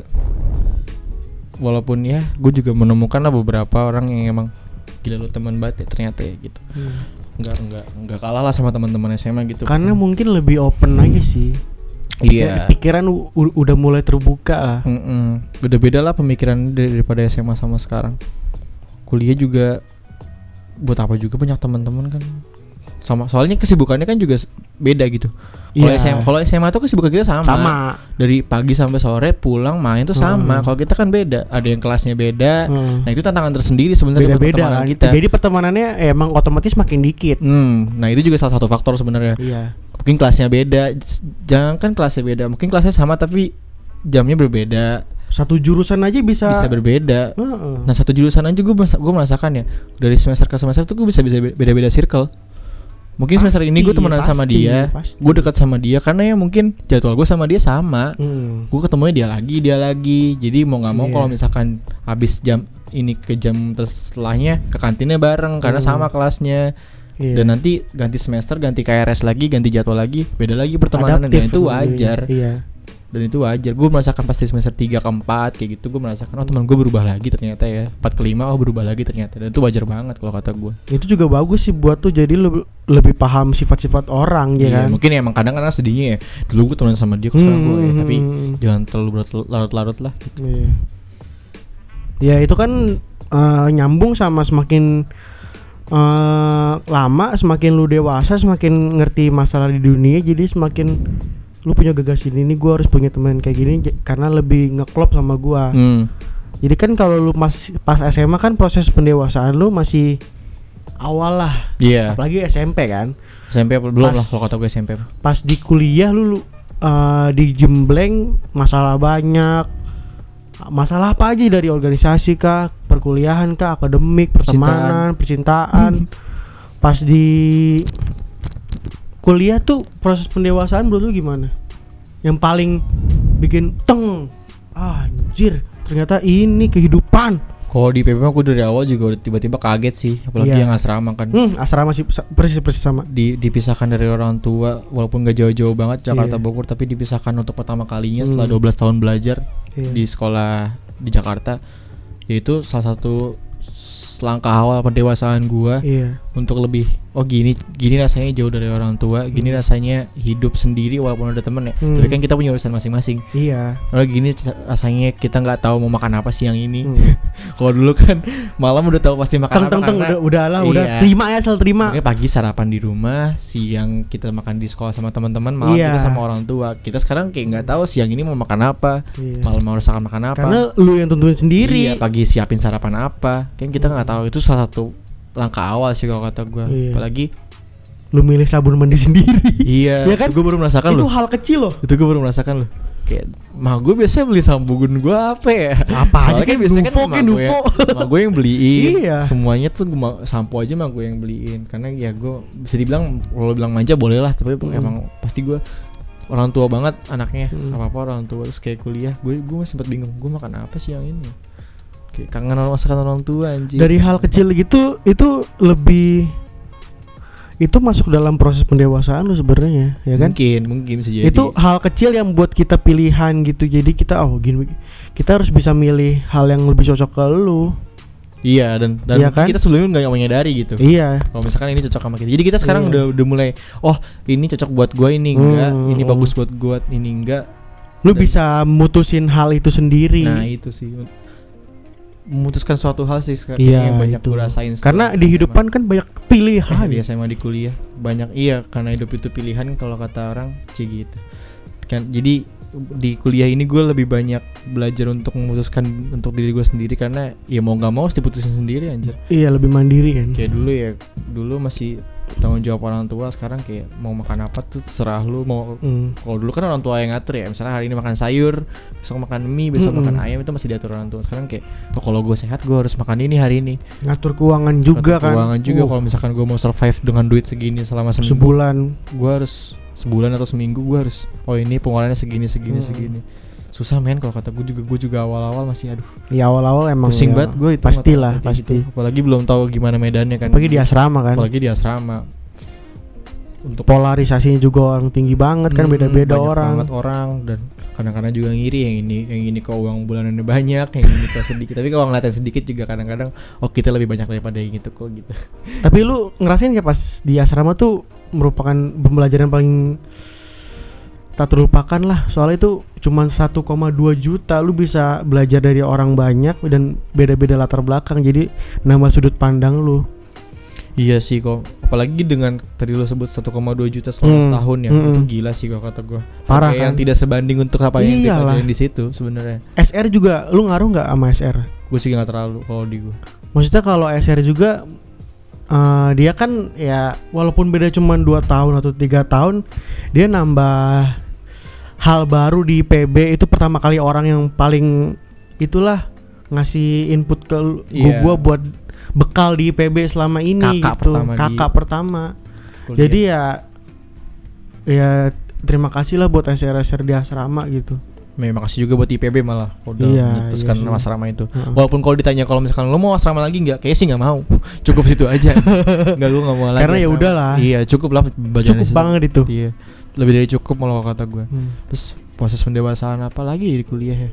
S2: walaupun ya gue juga menemukan lah beberapa orang yang emang gila lu teman banget ya ternyata ya gitu.
S1: Hmm.
S2: Nggak nggak nggak kalah lah sama teman-teman S M A gitu.
S1: Karena mungkin lebih open aja sih.
S2: Iya.
S1: Pikiran u- u- udah mulai terbuka lah.
S2: Mm-mm. Udah beda lah pemikiran dari- daripada S M A sama sekarang. Kuliah juga buat apa juga banyak teman-teman kan. Sama soalnya kesibukannya kan juga s- beda gitu. Kalau
S1: Iya.
S2: S M A kalau S M A tuh kesibukan kita sama.
S1: Sama.
S2: Dari pagi sampai sore pulang main tuh sama.
S1: Hmm.
S2: Kalau kita kan beda, ada yang kelasnya beda.
S1: Hmm.
S2: Nah, itu tantangan tersendiri sebenarnya buat
S1: Beda-beda
S2: pertemanan
S1: kan.
S2: kita.
S1: Jadi pertemanannya emang otomatis makin dikit.
S2: Hmm, nah itu juga salah satu faktor sebenarnya.
S1: Iya.
S2: Mungkin kelasnya beda, j- jangan kan kelasnya beda, mungkin kelasnya sama tapi jamnya berbeda,
S1: Satu jurusan aja bisa.
S2: bisa berbeda.
S1: Heeh.
S2: Nah satu jurusan aja gue gue merasakan ya, dari semester ke semester tuh gue bisa bisa beda-beda circle. Mungkin semester
S1: Pasti,
S2: ini gue temenan sama
S1: pasti,
S2: dia,
S1: pasti.
S2: gue dekat sama dia karena ya mungkin jadwal gue sama dia sama.
S1: Hmm.
S2: Gue ketemunya dia lagi, dia lagi. Jadi mau nggak mau
S1: Iya.
S2: kalau misalkan habis jam ini ke jam terus setelahnya ke kantinnya bareng karena
S1: Hmm.
S2: sama kelasnya.
S1: Iya.
S2: Dan nanti ganti semester, ganti K R S lagi, ganti jadwal lagi, beda lagi pertemanan. Dan
S1: Adaptif
S2: itu
S1: gitu.
S2: wajar.
S1: Iya.
S2: Dan itu wajar. Gue merasakan pasti semester tiga ke empat kayak gitu, gue merasakan oh teman gue berubah lagi ternyata ya. empat ke lima oh berubah lagi ternyata. Dan itu wajar banget kalau kata gue.
S1: Itu juga bagus sih buat tuh jadi lebih lebih paham sifat-sifat orang ya
S2: Iya,
S1: kan.
S2: mungkin emang kadang-kadang sedihnya ya. Dulu gue temenan sama dia, kok sekarang gue ya.
S1: Hmm.
S2: Tapi jangan terlalu berat- larut-larut lah gitu.
S1: Iya. Ya itu kan eh, nyambung sama semakin eh, lama, semakin lu dewasa, semakin ngerti masalah di dunia, jadi semakin lu punya gagasan ini, gue harus punya teman kayak gini j- karena lebih ngeklop sama gua.
S2: Hmm.
S1: Jadi kan kalau lu mas pas S M A kan proses pendewasaan lu masih awal lah,
S2: Iya.
S1: apalagi S M P kan.
S2: S M P apa- belum
S1: Pas-
S2: lah kalau kata gue S M P.
S1: Pas di kuliah lu, lu eh, dijembleng masalah banyak. Masalah apa aja dari organisasi kah, perkuliahan kah, akademik, pertemanan, percintaan. Pas di kuliah tuh proses pendewasaan menurut lu gimana? Yang paling bikin teng, ah, anjir, ternyata ini kehidupan.
S2: Kalau di P P M aku dari awal juga udah tiba-tiba kaget sih, apalagi
S1: Iya.
S2: yang asrama kan.
S1: Hmm, asrama sih sa- persis-persis sama.
S2: Di, dipisahkan dari orang tua walaupun gak jauh-jauh banget Jakarta
S1: Iya.
S2: Bogor, tapi dipisahkan untuk pertama kalinya setelah
S1: Hmm.
S2: dua belas tahun belajar
S1: Iya.
S2: di sekolah di Jakarta. Yaitu salah satu langkah awal pendewasaan gua
S1: Iya.
S2: untuk lebih oh gini gini rasanya jauh dari orang tua, gini
S1: Hmm.
S2: rasanya hidup sendiri walaupun ada temen ya.
S1: Hmm.
S2: Tapi kan kita punya urusan masing-masing.
S1: Iya.
S2: Oh gini c- rasanya kita nggak tahu mau makan apa siang ini.
S1: Hmm.
S2: Kalau dulu kan malam udah tahu pasti makan
S1: Teng
S2: apa
S1: teng teng
S2: karena
S1: udah udahlah udah
S2: iya.
S1: terima ya, asal terima.
S2: Makanya pagi sarapan di rumah, siang kita makan di sekolah sama teman-teman, malam
S1: Iya.
S2: kita sama orang tua. Kita sekarang kayak nggak tahu siang ini mau makan apa,
S1: Iya.
S2: malam mau makan makan apa.
S1: Karena lu yang tentuin sendiri.
S2: Iya, pagi siapin sarapan apa. Kan kita nggak tahu. Itu salah satu langkah awal sih kalau kata gue.
S1: Iya.
S2: Apalagi
S1: Lu milih sabun mandi sendiri.
S2: iya,
S1: Ya kan?
S2: gue baru merasakan
S1: Itu
S2: loh.
S1: hal kecil loh.
S2: Itu gue baru merasakan loh. Kayak mah gue biasanya beli sabun gue apa ya?
S1: Apa aja
S2: Soalnya
S1: kan
S2: biasanya
S1: Nuvo,
S2: emak
S1: kan
S2: gue
S1: Nuvo.
S2: yang- emak gue yang beliin.
S1: Iya.
S2: Semuanya tuh gue ma- sampo aja mah gue yang beliin. Karena ya gue bisa dibilang kalau bilang manja boleh lah, tapi
S1: Hmm.
S2: emang pasti gue orang tua banget anaknya.
S1: Hmm.
S2: Apa apa orang tua terus kayak kuliah. Gue gue masih sempat bingung. Gue makan apa sih yang ini? Kayak kangen orang masakan orang tua anjing.
S1: Dari hal kecil gitu itu lebih itu masuk dalam proses pendewasaan lu sebenarnya, ya kan?
S2: Mungkin mungkin bisa jadi.
S1: Itu hal kecil yang buat kita pilihan gitu. Jadi kita oh gini kita harus bisa milih hal yang lebih cocok ke lu.
S2: Iya, dan dan
S1: Iya
S2: mungkin
S1: kan?
S2: kita sebelumnya nggak menyadari gitu.
S1: Iya.
S2: Kalau misalkan ini cocok sama kita. Jadi kita sekarang
S1: Iya.
S2: udah udah mulai oh, ini cocok buat gua, ini enggak,
S1: Hmm,
S2: ini
S1: hmm.
S2: bagus buat gua, ini enggak.
S1: Lu
S2: Dan-
S1: bisa mutusin hal itu sendiri.
S2: Nah, itu sih memutuskan suatu hal sih sekarang
S1: Iya,
S2: yang banyak
S1: itu.
S2: gua rasain.
S1: Karena
S2: setelah
S1: di
S2: S M A.
S1: hidupan kan banyak pilihan.
S2: di S M A di kuliah banyak iya karena hidup itu pilihan kalau kata orang cie gitu. Kan jadi di kuliah ini gue lebih banyak belajar untuk memutuskan untuk diri gue sendiri karena ya mau nggak mau harus diputusin sendiri anjir.
S1: Iya, lebih mandiri kan.
S2: Kayak dulu ya, dulu masih tanggung jawab orang tua. Sekarang kayak mau makan apa tuh terserah lu mau.
S1: Hmm.
S2: Kalau dulu kan orang tua yang ngatur ya, misalnya hari ini makan sayur, besok makan mie, besok
S1: Mm-mm.
S2: makan ayam, itu masih diatur orang tua. Sekarang kayak oh, kalau gue sehat gue harus makan ini hari ini.
S1: Ngatur keuangan juga
S2: Ngatur
S1: kan.
S2: keuangan juga.
S1: Uh,
S2: Kalau misalkan gue mau survive dengan duit segini selama seminggu,
S1: sebulan.
S2: gue harus sebulan atau seminggu gue harus oh ini pengeluarannya segini segini
S1: Hmm.
S2: segini. Susah men kalau kata gue juga. Gue juga awal-awal masih aduh
S1: Ya awal-awal emang
S2: pusing
S1: ya,
S2: banget gue itu.
S1: pastilah
S2: ngatur kayak
S1: pasti.
S2: gitu. Apalagi belum tahu gimana medannya kan.
S1: Apalagi di asrama kan.
S2: Apalagi di asrama. Untuk
S1: Polarisasinya juga orang tinggi banget kan,
S2: Hmm,
S1: beda-beda
S2: banyak
S1: orang.
S2: banget orang dan kadang-kadang juga ngiri yang ini yang ini kok uang bulanannya banyak, yang ini kok sedikit. Tapi kalau ngeliatin sedikit juga kadang-kadang oh kita lebih banyak daripada yang itu kok gitu.
S1: Tapi lu ngerasain gak pas di asrama tuh merupakan pembelajaran paling tak terlupakan lah. Soalnya itu cuma satu koma dua juta, lu bisa belajar dari orang banyak dan beda-beda latar belakang. Jadi nambah sudut pandang lu.
S2: Iya sih kok. Apalagi dengan tadi lo sebut satu koma dua juta selama
S1: Hmm,
S2: setahun ya.
S1: hmm.
S2: Itu gila sih kalau kata gua.
S1: Parah
S2: Kayak
S1: kan?
S2: yang tidak sebanding untuk apa yang
S1: Iyalah.
S2: dipelajarin di situ sebenarnya.
S1: S R juga lu ngaruh nggak sama S R?
S2: Gue sih nggak terlalu kalau di gue.
S1: Maksudnya kalau S R juga eh, dia kan ya walaupun beda cuma dua tahun atau tiga tahun, dia nambah hal baru di P B. Itu pertama kali orang yang paling itulah ngasih input ke lu-
S2: Iya.
S1: gua buat bekal di P B selama ini
S2: Kakak
S1: gitu.
S2: pertama di
S1: Kakak pertama.
S2: Kuliah.
S1: Jadi ya ya terima kasih lah buat S R S R di asrama gitu.
S2: Memang makasih juga buat I P B malah udah
S1: Iya,
S2: memutuskan
S1: iya sih.
S2: asrama itu.
S1: Heeh.
S2: Walaupun kalau ditanya kalau misalkan lo mau asrama lagi nggak, kayaknya sih nggak mau. Cukup situ aja. Nggak, gue nggak mau lagi.
S1: Karena ya
S2: asrama.
S1: udahlah.
S2: Iya cukup lah. belajar
S1: Cukup
S2: di situ.
S1: banget itu.
S2: Iya. Lebih dari cukup malah kalau kata gue.
S1: Hmm.
S2: Terus proses pendewasaan apa lagi di kuliah ya?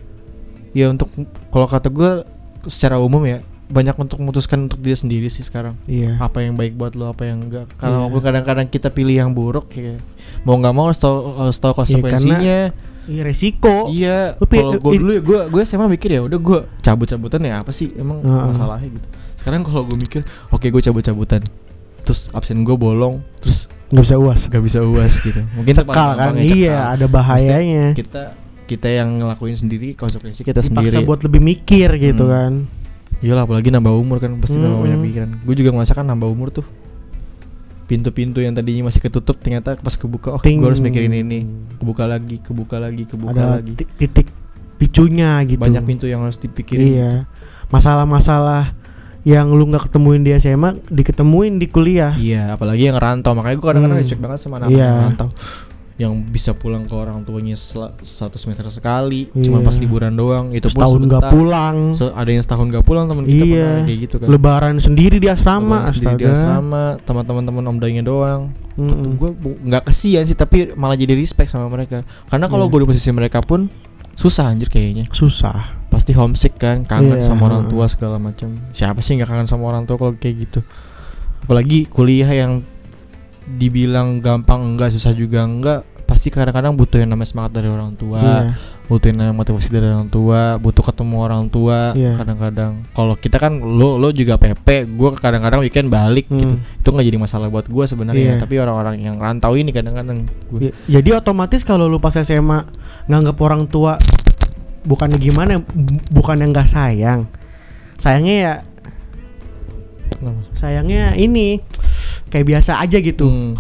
S2: Ya untuk kalau kata gue secara umum ya banyak untuk memutuskan untuk dia sendiri sih sekarang.
S1: Iya.
S2: Apa yang baik buat lo, apa yang enggak. Karena
S1: Iya.
S2: walaupun kadang-kadang kita pilih yang buruk ya mau nggak mau harus tahu harus tahu konsekuensinya.
S1: Iya resiko.
S2: Iya,
S1: Tapi,
S2: kalau gue
S1: eh,
S2: dulu ya gue gue sama mikir ya udah gue cabut-cabutan ya apa sih emang
S1: Heeh.
S2: masalahnya gitu. Sekarang kalau gue mikir oke gue cabut-cabutan, terus absen gue bolong, terus
S1: Nggak bisa uas.
S2: gak bisa uas gitu. Mungkin
S1: Cekal
S2: paling
S1: kan,
S2: gampang ya
S1: iya
S2: cekal.
S1: ada bahayanya.
S2: Mesti kita kita yang ngelakuin sendiri konsekuensi kita
S1: Dipaksa
S2: sendiri.
S1: buat lebih mikir gitu
S2: Hmm.
S1: kan.
S2: Iyalah apalagi nambah umur kan pasti nambah
S1: Hmm.
S2: banyak pikiran. Gue juga ngerasa kan nambah umur tuh. Pintu-pintu yang tadinya masih ketutup ternyata pas kebuka oh
S1: Ting.
S2: gue harus mikirin ini. Kebuka lagi, kebuka lagi, kebuka
S1: Ada
S2: lagi.
S1: titik, titik picunya gitu.
S2: Banyak pintu yang harus dipikirin.
S1: Iya. Masalah-masalah yang lu nggak ketemuin di S M A diketemuin di kuliah.
S2: Iya, apalagi yang rantau. Makanya gue kadang-kadang
S1: Hmm.
S2: respect banget sama anak
S1: Iya.
S2: yang rantau. Yang bisa pulang ke orang tuanya sel- satu semester sekali,
S1: Iya.
S2: cuma pas liburan doang. Itu pun
S1: Setahun nggak
S2: sebentar.
S1: pulang.
S2: Se- ada yang setahun gak pulang teman kita
S1: Iya.
S2: pernah kayak gitu kan.
S1: Lebaran sendiri di asrama,
S2: Lebaran sendiri di
S1: astaga.
S2: asrama, teman-teman teman om dayanya doang.
S1: Mm-mm.
S2: Gue nggak kesian sih, tapi malah jadi respect sama mereka. Karena kalau
S1: Iya.
S2: gue di posisi mereka pun susah anjir kayaknya.
S1: Susah.
S2: Pasti homesick kan, kangen
S1: Iya.
S2: sama orang tua segala macam. Siapa sih nggak kangen sama orang tua kalau kayak gitu? Apalagi kuliah yang dibilang gampang enggak, susah juga enggak. Pasti kadang-kadang butuh yang namanya semangat dari orang tua.
S1: Iya.
S2: Butuh yang namanya motivasi dari orang tua, butuh ketemu orang tua.
S1: Iya.
S2: Kadang-kadang kalau kita kan lo lo juga P P, gue kadang-kadang weekend balik
S1: Hmm.
S2: gitu. Itu nggak jadi masalah buat gue
S1: Iya.
S2: sebenarnya. Tapi orang-orang yang rantau ini kadang-kadang gue
S1: Ya, jadi otomatis kalau lu pas S M A nganggap orang tua bukannya gimana, bu- bukan yang nggak sayang. Sayangnya ya
S2: Kenapa?
S1: sayangnya ini kayak biasa aja gitu.
S2: Hmm.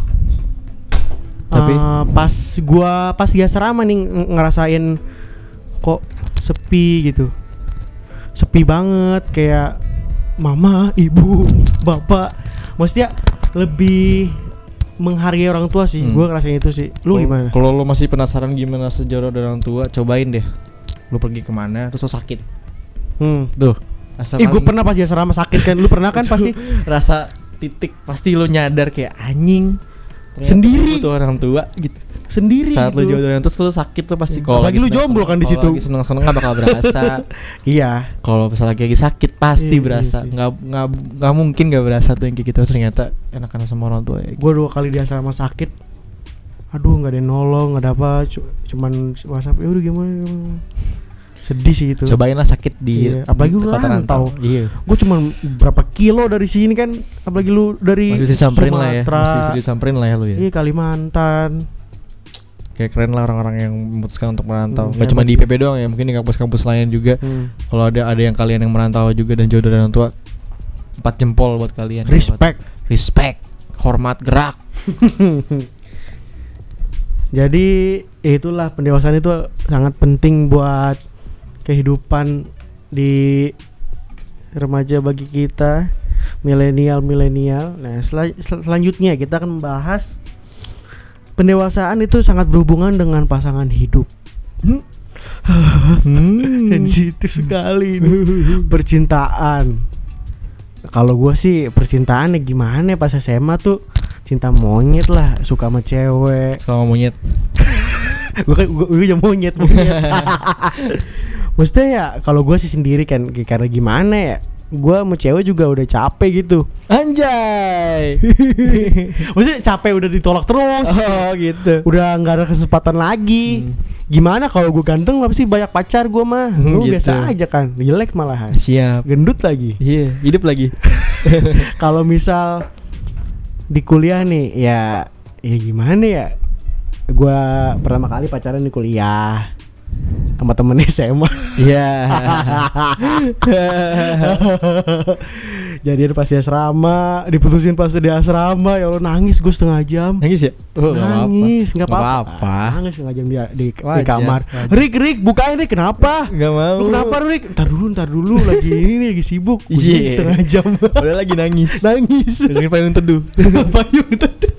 S2: Tapi
S1: Eh, pas gua pas di asrama nih ng- ngerasain kok sepi gitu. Sepi banget kayak mama, ibu, bapak. Maksudnya lebih menghargai orang tua sih.
S2: Hmm.
S1: Gua ngerasain itu sih. Lu
S2: Kalau-
S1: gimana?
S2: Kalau lo masih penasaran gimana sejarah dari orang tua, cobain deh. Lo pergi kemana, terus lo sakit.
S1: Hmm.
S2: Tuh. Rasa
S1: Ih, gue
S2: paling-
S1: pernah pas di asrama sakit kan. Lu pernah kan pasti
S2: rasa titik pasti lo nyadar kayak anjing. Ternyata
S1: Sendiri.
S2: lo butuh orang tua gitu.
S1: sendiri
S2: Saat lo
S1: gitu.
S2: jauh dari orang tua, terus lo sakit tuh pasti.
S1: Hmm.
S2: Kalau
S1: Apalagi
S2: lagi
S1: lu
S2: seneng-seneng-
S1: jomblo kan di
S2: kalau
S1: situ.
S2: lagi seneng-seneng nggak bakal berasa.
S1: Iya.
S2: Kalau misalnya lagi sakit pasti
S1: Iya,
S2: berasa.
S1: iya sih.
S2: Nggak nggak nggak mungkin nggak berasa tuh yang kayak gitu. Ternyata enakan sama orang tua ya.
S1: Gue dua kali di asrama sakit. Aduh, nggak ada yang nolong, nggak ada apa. cu- Cuman WhatsApp. Ya udah gimana, gimana. Sedih sih itu.
S2: Cobain lah sakit di
S1: Iya, apalagi
S2: di
S1: lu
S2: kota
S1: rantau.
S2: Iya.
S1: Gue cuman berapa kilo dari sini kan. Apalagi lu dari
S2: Masih bisa disamperin lah ya.
S1: Sumatera.
S2: Masih bisa disamperin lah ya lu ya.
S1: Iya, Kalimantan.
S2: Kayak keren lah orang-orang yang memutuskan untuk merantau.
S1: Hmm,
S2: Gak
S1: hebat
S2: cuma di
S1: sih.
S2: I P B doang ya, mungkin di kampus-kampus lain juga.
S1: Hmm.
S2: Kalau ada ada yang kalian yang merantau juga dan jauh dari orang tua, empat jempol buat kalian.
S1: Respect.
S2: Respect. hormat, gerak.
S1: Jadi ya itulah, pendewasaan itu sangat penting buat kehidupan di remaja bagi kita milenial-milenial. Nah, sel- sel- selanjutnya kita akan membahas pendewasaan itu sangat berhubungan dengan pasangan hidup. Hmm. Sensitif sekali ini. Percintaan. Kalau gue sih percintaan ya gimana pas S M A tuh cinta monyet lah, suka sama cewek.
S2: Sama monyet.
S1: Gue kan gue gue monyet monyet. Maksudnya ya kalau gue sih sendiri kan, karena gimana ya, gue sama cewek juga udah capek gitu.
S2: Anjay.
S1: Maksudnya capek udah ditolak terus.
S2: Oh gitu.
S1: Udah nggak ada kesempatan lagi. Hmm. Gimana kalau gue ganteng apa sih banyak pacar gue mah.
S2: Hmm,
S1: lu
S2: gitu.
S1: biasa aja kan, jelek malahan.
S2: Siap.
S1: Gendut lagi.
S2: Iya, yeah, hidup lagi.
S1: Kalau misal di kuliah nih ya, ya gimana ya? Gue pertama kali pacaran di kuliah sama temen S M A.
S2: Iya.
S1: Jadian pas di asrama, diputusin pas di asrama, ya Allah nangis gue setengah jam.
S2: Nangis ya? Oh,
S1: nangis, nggak
S2: apa-apa.
S1: apa-apa. Nangis setengah jam dia di, di
S2: Wajar,
S1: kamar.
S2: wajar.
S1: Rik, Rik, bukain Rik, kenapa?
S2: Gak mau.
S1: Lu kenapa Rik? Ntar dulu, ntar dulu, lagi ini nih, lagi sibuk. Gua
S2: Iya.
S1: setengah jam.
S2: Udah lagi nangis.
S1: Nangis.
S2: Dengerin payung teduh.
S1: Payung teduh.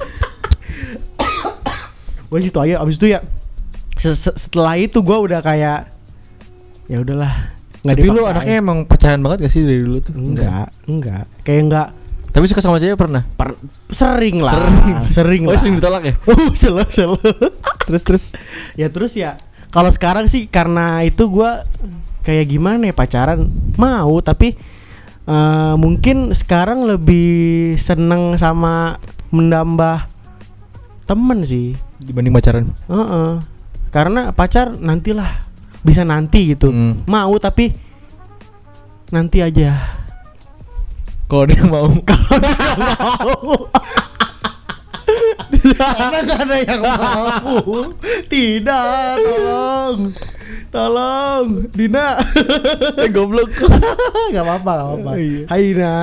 S1: Wah situ aja, abis itu ya setelah itu gue udah kayak ya udahlah, nggak
S2: Tapi lu
S1: dipaksain.
S2: anaknya emang pacaran banget gak sih dari dulu tuh?
S1: Enggak, enggak, kayak enggak.
S2: Tapi suka sama cewek pernah?
S1: Per, sering lah,
S2: Sering.
S1: sering
S2: Oh
S1: lah.
S2: sering ditolak ya?
S1: Oh selalu selalu.
S2: Terus terus.
S1: Ya terus ya, kalau sekarang sih karena itu gue kayak gimana ya, pacaran mau tapi uh, mungkin sekarang lebih seneng sama menambah temen sih
S2: Dibanding pacaran.
S1: uh-uh. Karena pacar nantilah, bisa nanti gitu.
S2: Hmm.
S1: Mau tapi nanti aja.
S2: Kalau dia mau.
S1: Kalau dia mau. Karena gak ada yang mau. Tidak, tolong. Tolong Dina.
S2: Eh goblok.
S1: Gak apa-apa, gak apa-apa.
S2: Oh, iya.
S1: Hai Dina.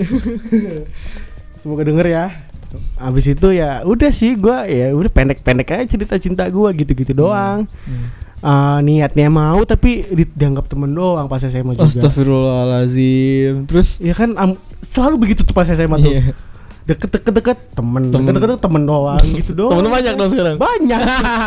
S1: Semoga denger ya. Abis itu ya udah sih gue ya udah pendek-pendek aja cerita cinta gue gitu-gitu doang.
S2: Hmm.
S1: Uh, niatnya mau tapi di, dianggap temen doang pas S M A juga.
S2: Astagfirullahalazim. Terus
S1: Ya kan um, selalu begitu tuh pas S M A tuh.
S2: iya.
S1: Deket-deket temen,
S2: Temen.
S1: deket-deket temen doang gitu doang.
S2: Temen banyak dong sekarang.
S1: Banyak.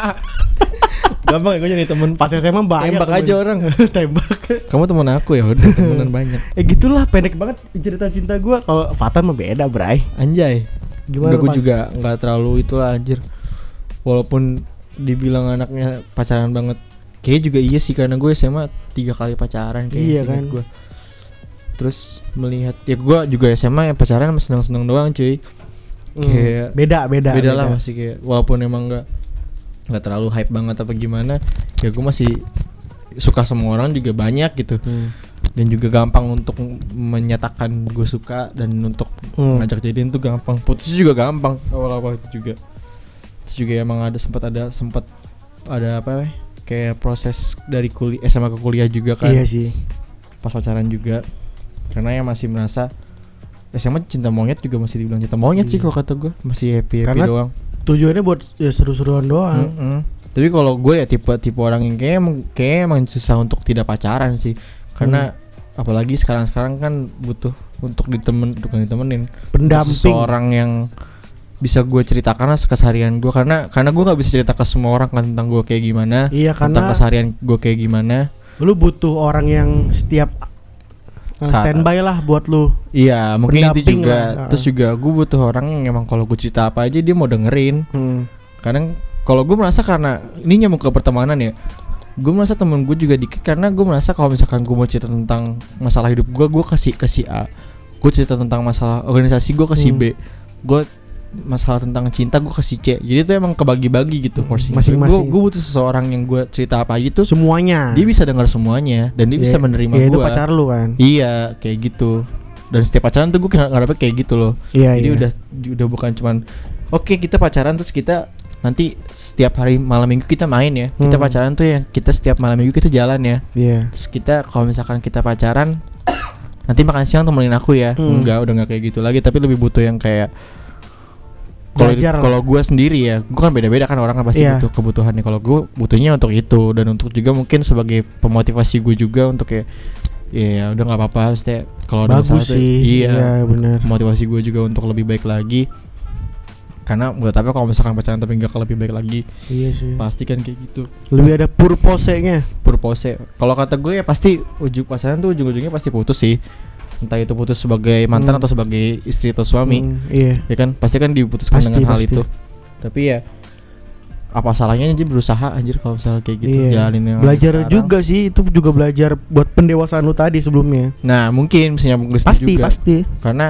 S2: Gampang ya gue nyari temen.
S1: Pas S M A banyak.
S2: Tembak aja orang.
S1: Tembak.
S2: Kamu temen aku ya udah temenan banyak.
S1: Ya gitulah, pendek banget cerita cinta gue. Kalau Fatan mah beda, Bray.
S2: Anjay.
S1: Gimana
S2: gue
S1: Pak?
S2: juga nggak terlalu itulah anjir. Walaupun dibilang anaknya pacaran banget, kayak juga iya sih karena gue S M A tiga kali pacaran kayak
S1: Iya
S2: ingat
S1: kan?
S2: gue. Terus melihat ya gue juga S M A yang pacaran sama seneng-seneng doang cuy.
S1: Hmm,
S2: Kayak
S1: beda beda.
S2: beda lah masih kayak walaupun emang nggak nggak terlalu hype banget apa gimana, ya gue masih suka sama orang juga banyak gitu.
S1: Hmm.
S2: Dan juga gampang untuk menyatakan gue suka dan untuk
S1: Hmm.
S2: ngajak jadian tuh gampang. Putus juga gampang awal-awal itu juga. Terus juga emang ada sempat ada sempat ada apa ya? Kayak proses dari kuliah S M A ke kuliah juga kan.
S1: Iya sih.
S2: Pas pacaran juga. Karena yang masih merasa S M A cinta monyet juga masih dibilang cinta monyet
S1: Iya.
S2: sih kalau kata gue, masih happy-happy
S1: Karena
S2: doang.
S1: Tujuannya buat ya, seru-seruan doang.
S2: Mm-mm. Tapi kalau gue ya tipe tipe orang yang kayak emang, kayak emang susah untuk tidak pacaran sih. Karena
S1: Hmm.
S2: apalagi sekarang-sekarang kan butuh untuk ditemen, bukan ditemenin,
S1: Pendamping.
S2: seseorang yang bisa gue ceritakan keseharian gue, karena karena gue nggak bisa cerita ke semua orang kan tentang gue kayak gimana,
S1: Iya,
S2: tentang
S1: karena
S2: keseharian gue kayak gimana.
S1: lu butuh orang yang setiap uh,
S2: Saat-
S1: standby lah buat lu.
S2: Iya mungkin itu
S1: Pendamping
S2: juga.
S1: lah.
S2: Terus juga gue butuh orang yang emang kalau gue cerita apa aja dia mau dengerin.
S1: Hmm.
S2: Kadang kalau gue merasa karena ini nyambung ke pertemanan ya, gue merasa temen gue juga dikit karena gue merasa kalau misalkan gue mau cerita tentang masalah hidup gue, gue kasih ke si A. Gue cerita tentang masalah organisasi gue ke si
S1: Hmm.
S2: B. Gue masalah tentang cinta gue ke si C. Jadi itu emang kebagi-bagi gitu
S1: Hmm,
S2: porsinya.
S1: masing-masing.
S2: Gue butuh seseorang yang gue cerita apa aja tuh
S1: Semuanya.
S2: dia bisa dengar semuanya dan dia
S1: Ya,
S2: bisa menerima
S1: ya, itu
S2: gue.
S1: pacar lu kan.
S2: Iya kayak gitu. Dan setiap pacaran tuh gue ngarepnya kayak gitu loh.
S1: Iya,
S2: Jadi
S1: iya.
S2: udah udah bukan cuman oke kita pacaran terus kita nanti setiap hari malam minggu kita main ya. Kita
S1: Hmm.
S2: pacaran tuh yang kita setiap malam minggu kita jalan ya.
S1: Iya.
S2: Terus kita kalau misalkan kita pacaran nanti makan siang temenin aku ya.
S1: Hmm.
S2: Enggak, udah enggak kayak gitu lagi, tapi lebih butuh yang kayak Kalau
S1: Belajar lah.
S2: kalau gue sendiri ya, gue kan beda-beda kan orang kan pasti
S1: Iya.
S2: butuh kebutuhannya. Kalau gue butuhnya untuk itu dan untuk juga mungkin sebagai pemotivasi gue juga untuk kayak ya udah nggak apa-apa, pasti kalau ada masalah
S1: Bagus
S2: tuh,
S1: sih.
S2: iya,
S1: Iya, benar.
S2: motivasi gue juga untuk lebih baik lagi. Karena buat apa kalau misalkan pacaran tapi nggak lebih baik lagi,
S1: Iya sih.
S2: pasti kan kayak gitu.
S1: Lebih ada purpose-nya.
S2: Purpose. Kalau kata gue ya pasti ujung pacaran tuh ujung-ujungnya pasti putus sih. Entah itu putus sebagai mantan
S1: Hmm.
S2: atau sebagai istri atau suami.
S1: Hmm, iya.
S2: Ya kan pasti kan diputuskan
S1: Pasti,
S2: dengan hal
S1: pasti.
S2: itu. Tapi ya apa salahnya anjir berusaha anjir kalau misalnya kayak gitu,
S1: Iya.
S2: jalanin yang
S1: Belajar
S2: sekarang.
S1: juga sih, itu juga belajar buat pendewasaan lu tadi sebelumnya.
S2: Nah mungkin bisa nyambung ke situ
S1: Pasti,
S2: juga.
S1: pasti.
S2: Karena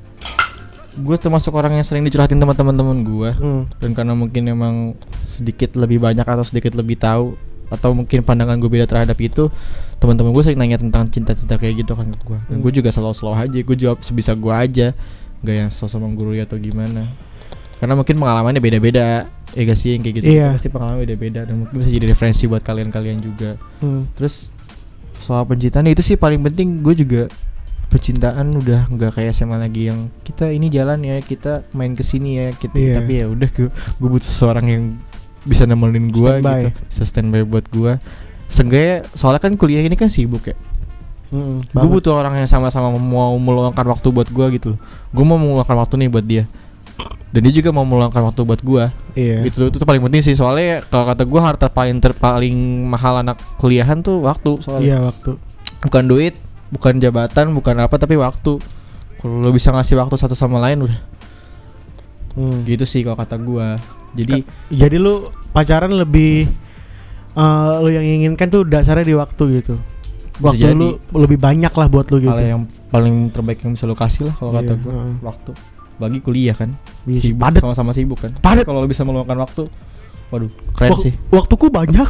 S2: gue termasuk orang yang sering dicurhatin teman-teman gue,
S1: Hmm.
S2: dan karena mungkin emang sedikit lebih banyak atau sedikit lebih tahu atau mungkin pandangan gue beda terhadap itu, teman-teman gue sering nanya tentang cinta-cinta kayak gitu kan ke gue, dan
S1: Hmm.
S2: gue juga selalu-selalu aja, gue jawab sebisa gue aja, gak yang sosok menggurui atau gimana. Karena mungkin pengalamannya beda-beda, ya gak sih yang kayak gitu,
S1: Iya.
S2: pasti pengalaman beda-beda dan mungkin bisa jadi referensi buat kalian-kalian juga.
S1: Hmm.
S2: Terus soal pencintaan itu sih paling penting, gue juga percintaan udah nggak kayak S M A lagi yang kita ini jalan ya, kita main kesini ya kita,
S1: Iya.
S2: tapi ya udah gue gue butuh seorang yang bisa nemenin gue
S1: Standby.
S2: gitu, bisa standby buat gue. Seenggaknya soalnya kan kuliah ini kan sibuk ya,
S1: Hmm.
S2: gue butuh orang yang sama-sama mau meluangkan waktu buat gue gitu. Gue mau meluangkan waktu nih buat dia, dan dia juga mau meluangkan waktu buat gue.
S1: Iya.
S2: Itu itu tuh paling penting sih, soalnya kalau kata gue harta paling ter paling mahal anak kuliahan tuh waktu, soalnya
S1: Iya, waktu.
S2: bukan duit, bukan jabatan, bukan apa, tapi waktu. Kalau lo bisa ngasih waktu satu sama lain udah
S1: Hmm.
S2: gitu sih kalau kata gua. Jadi
S1: Jadi lu pacaran lebih eh lu yang inginkan tuh dasarnya di waktu gitu.
S2: Bisa
S1: Waktu
S2: jadi.
S1: lu lebih banyak lah buat lu gitu.
S2: hal yang paling terbaik yang bisa lo kasih lah kalau kata
S1: Iya,
S2: gua,
S1: heeh.
S2: waktu. Bagi kuliah kan
S1: Bisa.
S2: sibuk,
S1: Padet.
S2: sama-sama sibuk kan.
S1: Padet.
S2: Kalau lo bisa meluangkan waktu, waduh keren
S1: Wak-
S2: sih.
S1: Waktuku banyak.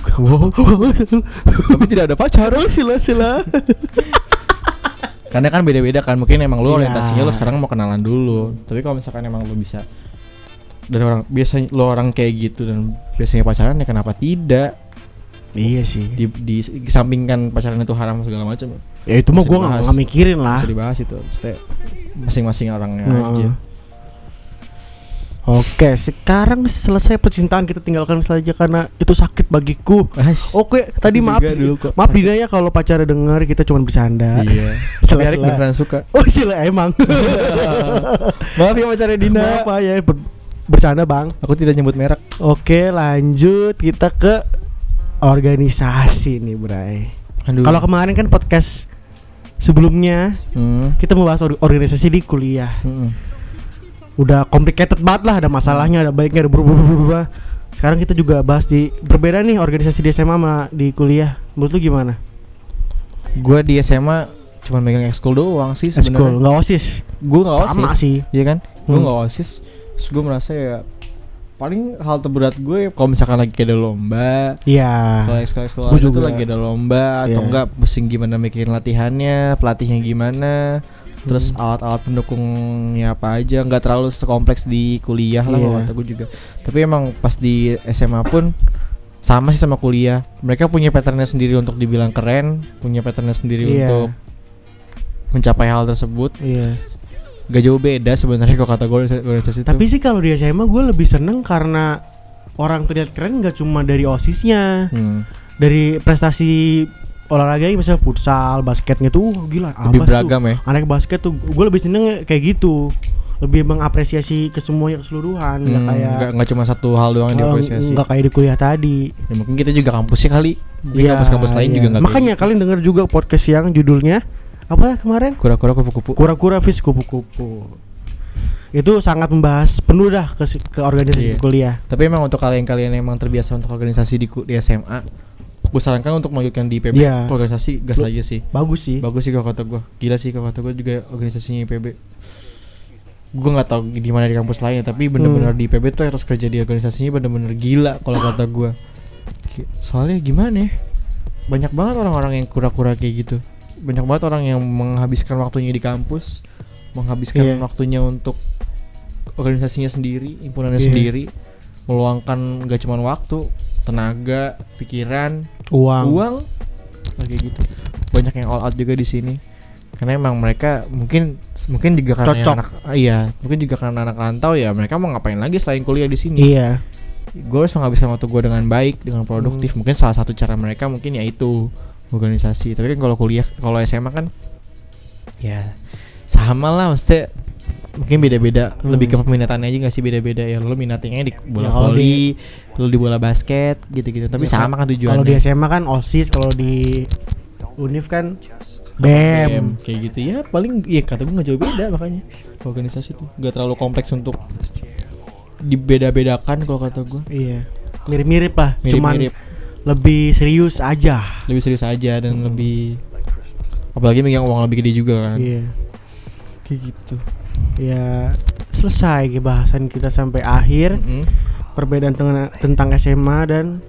S2: Tapi tidak ada pacar.
S1: Oh, sila sila.
S2: Karena kan beda-beda kan, mungkin emang lo
S1: Iya.
S2: orientasinya lo sekarang mau kenalan dulu. Tapi kalau misalkan emang lo bisa, dan orang biasanya lo orang kayak gitu dan biasanya pacaran, ya kenapa tidak?
S1: Iya sih.
S2: Di, di, sampingkan pacaran itu haram segala macam,
S1: Ya itu mah
S2: Bisa
S1: gua nggak
S2: dibahas.
S1: nggak mikirin lah.
S2: bisa dibahas itu. Maksudnya masing-masing orangnya
S1: Heeh.
S2: aja.
S1: Oke, sekarang selesai percintaan, kita tinggalkan saja karena itu sakit bagiku.
S2: Ais.
S1: Oke, tadi
S2: Aku
S1: maaf
S2: juga dulu kok.
S1: maaf Dina ya kalau pacarnya denger, kita cuma bercanda.
S2: Iya.
S1: Sela-
S2: Tapi Arik
S1: sela.
S2: beneran suka.
S1: Oh sila emang.
S2: Maaf ya pacarnya Dina.
S1: Maaf Pak ya, ber- bercanda bang.
S2: Aku tidak nyebut merek.
S1: Oke, lanjut kita ke organisasi nih, Bray.
S2: Aduh.
S1: Kalau kemarin kan podcast sebelumnya
S2: hmm.
S1: kita membahas or- organisasi di kuliah.
S2: hmm.
S1: Udah complicated banget lah, ada masalahnya, ada baiknya, ada berubah-ubah. Sekarang kita juga bahas di berbeda nih, organisasi di S M A sama di kuliah. Menurut lu gimana?
S2: Gua di S M A cuma megang ekskul doang sih
S1: Eskul,
S2: sebenarnya.
S1: nggak OSIS.
S2: Gua enggak OSIS.
S1: Sama sih.
S2: Iya kan? Gua
S1: Hmm.
S2: enggak OSIS. Terus gua merasa ya paling hal terberat gue kalau misalkan lagi ada lomba.
S1: Iya.
S2: Kalau ekskul-ekskul
S1: Gua
S2: itu
S1: juga.
S2: lagi ada lomba atau
S1: Iya.
S2: enggak pusing gimana mikirin latihannya, pelatihnya gimana, terus
S1: Hmm.
S2: alat-alat pendukungnya apa aja, nggak terlalu sekompleks di kuliah lah
S1: Iya.
S2: kalau kata gue juga. Tapi emang pas di S M A pun sama sih sama kuliah. Mereka punya patternnya sendiri untuk dibilang keren, punya patternnya sendiri
S1: Iya.
S2: untuk mencapai hal tersebut.
S1: Iya.
S2: Gak jauh beda sebenarnya kalau kata gue organisasi itu.
S1: Tapi sih kalau di S M A gue lebih seneng karena orang terlihat keren nggak cuma dari OSISnya,
S2: hmm.
S1: dari prestasi olahraganya, misalnya futsal, basketnya tuh uh, gila.
S2: lebih
S1: Abas
S2: beragam ya.
S1: tuh, anak basket tuh gue lebih seneng kayak gitu, lebih mengapresiasi ke semuanya keseluruhan, nggak
S2: Hmm,
S1: kayak
S2: nggak nggak cuma satu hal doang yang
S1: eh,
S2: diapresiasi.
S1: nggak kayak di kuliah tadi.
S2: Ya, mungkin kita juga kampusnya kali. Di
S1: Iya,
S2: kampus-kampus lain
S1: iya.
S2: juga nggak.
S1: Makanya kalian denger juga podcast yang judulnya apa kemarin?
S2: kura-kura kupu-kupu.
S1: Kura-kura Fish kupu-kupu. Itu sangat membahas penuh dah ke, ke organisasi
S2: Iya.
S1: di kuliah.
S2: Tapi emang untuk kalian-kalian yang emang terbiasa untuk organisasi di, ku- di S M A, gue sarankan untuk melanjutkan di I P B.
S1: Iya.
S2: Organisasi gas
S1: Lu-
S2: aja sih.
S1: Bagus sih.
S2: Bagus sih kalau kata gue. Gila sih kalau kata gue juga organisasinya I P B. Gue nggak tahu di mana di kampus lainnya, tapi bener-bener
S1: Hmm.
S2: di I P B tuh harus kerja di organisasinya bener-bener gila kalau kata gue. Soalnya gimana ya? Banyak banget orang-orang yang kura-kura kayak gitu. Banyak banget orang yang menghabiskan waktunya di kampus, menghabiskan
S1: Iya.
S2: waktunya untuk organisasinya sendiri, himpunannya
S1: Iya.
S2: sendiri, meluangkan gak cuma waktu, tenaga, pikiran,
S1: Uang.
S2: uang, nah, kayak gitu. Banyak yang all out juga di sini. Karena emang mereka mungkin mungkin juga karena
S1: Cocok.
S2: anak iya, mungkin juga karena anak rantau ya, mereka mau ngapain lagi selain kuliah di sini.
S1: Iya.
S2: Gue harus menghabiskan waktu gue dengan baik, dengan produktif.
S1: Hmm.
S2: Mungkin salah satu cara mereka mungkin ya itu organisasi. Tapi kan kalau kuliah, kalau S M A kan ya sama lah, mesti mungkin beda-beda.
S1: Hmm.
S2: Lebih ke peminatannya aja nggak sih, beda-beda ya. Lo minatnya di bola
S1: Ya, kalau
S2: voli, lo di bola basket gitu-gitu. Tapi
S1: Ya,
S2: sama kan tujuannya.
S1: Kalau di S M A kan OSIS, kalau di Univ kan B E M.
S2: kayak gitu ya. Paling ya kata gue nggak jauh beda, makanya organisasi tuh nggak terlalu kompleks untuk dibeda-bedakan kalau kata gue.
S1: Iya. Mirip-mirip lah, cuman
S2: Mirip-mirip.
S1: lebih serius aja.
S2: Lebih serius aja dan lebih, apalagi megang uang lebih gede juga kan.
S1: Iya.
S2: Kayak gitu.
S1: Ya selesai bahasan kita sampai akhir.
S2: Mm-mm.
S1: Perbedaan tengah- tentang S M A dan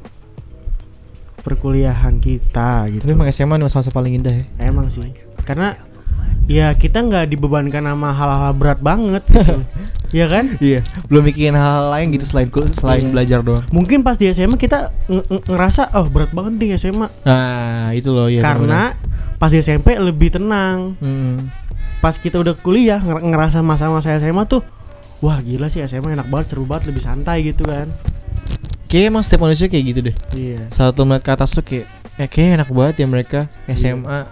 S1: perkuliahan kita gitu.
S2: Tapi emang S M A nih masa-masa paling indah ya.
S1: Emang sih, karena ya kita nggak dibebankan sama hal-hal berat banget gitu. Iya kan?
S2: Iya. Belum mikirin hal-hal lain gitu selain kul- selain
S1: Iya.
S2: belajar doang.
S1: Mungkin pas di S M A kita nge- nge- ngerasa oh berat banget nih S M A.
S2: Nah itu loh ya.
S1: Karena pas di S M P lebih tenang.
S2: Hmm.
S1: Pas kita udah kuliah nger- ngerasa masa-masa S M A tuh, wah gila sih S M A enak banget, seru banget, lebih santai gitu kan.
S2: Kayaknya emang setiap manusia kayak gitu deh.
S1: Iya.
S2: Satu melihat ke atas tuh kayak, ya kayaknya enak banget ya mereka S M A.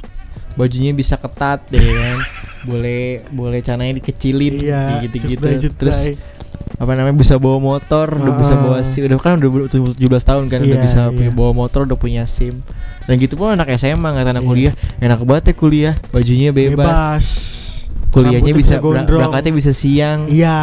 S2: Bajunya bisa ketat deh kan. boleh boleh cananya dikecilin
S1: Iya,
S2: kayak gitu-gitu.
S1: cutbray-cutbray.
S2: Terus apa namanya bisa bawa motor, udah
S1: Ah.
S2: bisa bawa SIM. Udah kan udah tujuh belas tahun kan, udah
S1: Iya,
S2: bisa
S1: iya.
S2: punya bawa motor, udah punya SIM. Dan gitu pun anak S M A, nggak anak
S1: Iya.
S2: kuliah. Enak banget ya kuliah, bajunya bebas.
S1: Bebas.
S2: Kuliahnya
S1: Rambutnya
S2: bisa
S1: bisa
S2: berang-
S1: gondrong.
S2: berangkatnya bisa siang.
S1: Iya.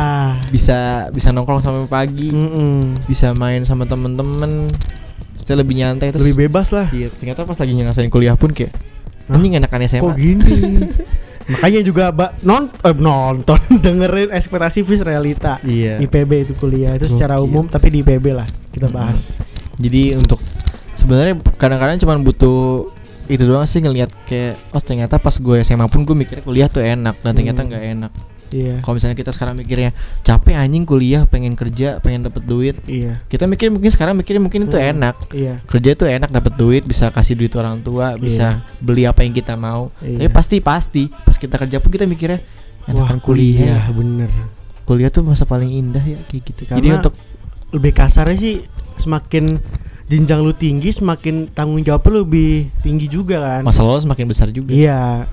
S2: Bisa bisa nongkrong sampai pagi.
S1: Mm-mm.
S2: Bisa main sama temen-temen. Kita lebih nyantai terus.
S1: Lebih bebas lah.
S2: Iya, ternyata pas lagi ngerasain kuliah pun kayak
S1: Hah?
S2: anjing enakan S M A.
S1: Kok gini? Makanya juga ba- non eh, nonton dengerin ekspektasi vis realita.
S2: Iya.
S1: I P B itu kuliah itu secara
S2: Gokil.
S1: umum, tapi di I P B lah kita bahas.
S2: Jadi untuk sebenarnya kadang-kadang cuma butuh itu doang sih, ngelihat kayak oh ternyata pas gue S M A pun gue mikirnya kuliah tuh enak dan ternyata
S1: Hmm.
S2: nggak enak.
S1: Iya.
S2: Kalau misalnya kita sekarang mikirnya capek anjing kuliah, pengen kerja, pengen dapet duit,
S1: Iya.
S2: kita mikir mungkin sekarang mikirnya mungkin itu
S1: Hmm.
S2: enak.
S1: Iya.
S2: Kerja itu enak, dapat duit, bisa kasih duit orang tua, bisa beli apa yang kita mau.
S1: Iya.
S2: Tapi pasti pasti pas kita kerja pun kita mikirnya
S1: Wah,
S2: enakan kuliah.
S1: bener.
S2: Kuliah tuh masa paling indah ya kayak gitu. Jadi
S1: Karena
S2: untuk
S1: lebih kasarnya sih semakin jenjang lu tinggi, semakin tanggung jawab lu lebih tinggi juga kan.
S2: masalah lo semakin besar juga.
S1: Iya.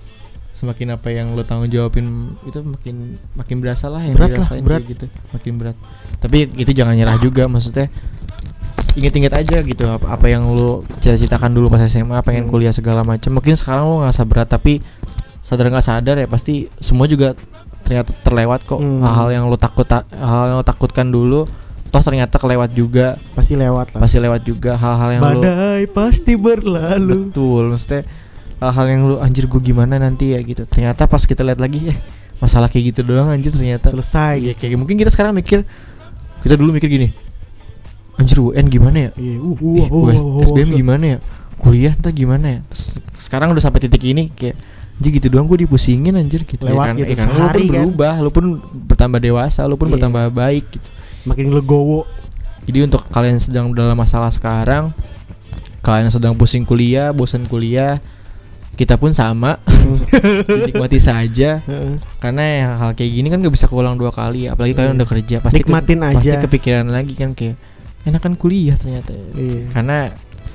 S2: Semakin apa yang lo tanggung jawabin itu makin makin berasa lah yang
S1: Berat lah,
S2: dirasain
S1: berat.
S2: kayak gitu, makin berat. Tapi itu jangan nyerah juga, maksudnya inget-inget aja gitu apa, apa yang lo cita-citakan dulu pas S M A, pengen
S1: Hmm.
S2: kuliah segala macam. Mungkin sekarang lo ngerasa berat, tapi sadar nggak sadar ya pasti semua juga ternyata terlewat kok.
S1: Hmm.
S2: Hal-hal yang lo takut hal yang lo takutkan dulu toh ternyata kelewat juga,
S1: Pasti lewat lah.
S2: pasti lewat juga. Hal-hal yang lo
S1: Badai pasti berlalu.
S2: betul, maksudnya hal-hal yang lu anjir gue gimana nanti ya gitu. Ternyata pas kita lihat lagi eh masalah kayak gitu doang anjir ternyata.
S1: Selesai.
S2: Iya, kayak mungkin kita sekarang mikir, kita dulu mikir gini, anjir U N gimana ya?
S1: Iya. Uh,
S2: Ih,
S1: uh, uh, uh,
S2: S B M
S1: uh,
S2: gimana ya? Kuliah entah gimana ya? Terus sekarang udah sampai titik ini kayak anjir gitu doang gue dipusingin anjir gitu.
S1: Lewat
S2: ya kan,
S1: gitu,
S2: ya kan lu pun
S1: sehari kan.
S2: berubah, lu pun bertambah dewasa, lu pun
S1: Iya.
S2: bertambah baik gitu.
S1: Makin legowo.
S2: Jadi untuk kalian sedang dalam masalah sekarang, kalian sedang pusing kuliah, bosan kuliah, kita pun sama. Dinikmati saja.
S1: Heeh.
S2: Karena yang hal kayak gini kan gak bisa keulang dua kali, apalagi kalian
S1: Iya.
S2: udah kerja pasti ke-
S1: Nikmatin
S2: pasti
S1: aja.
S2: kepikiran lagi kan kayak enakan kuliah ternyata.
S1: Iya.
S2: Karena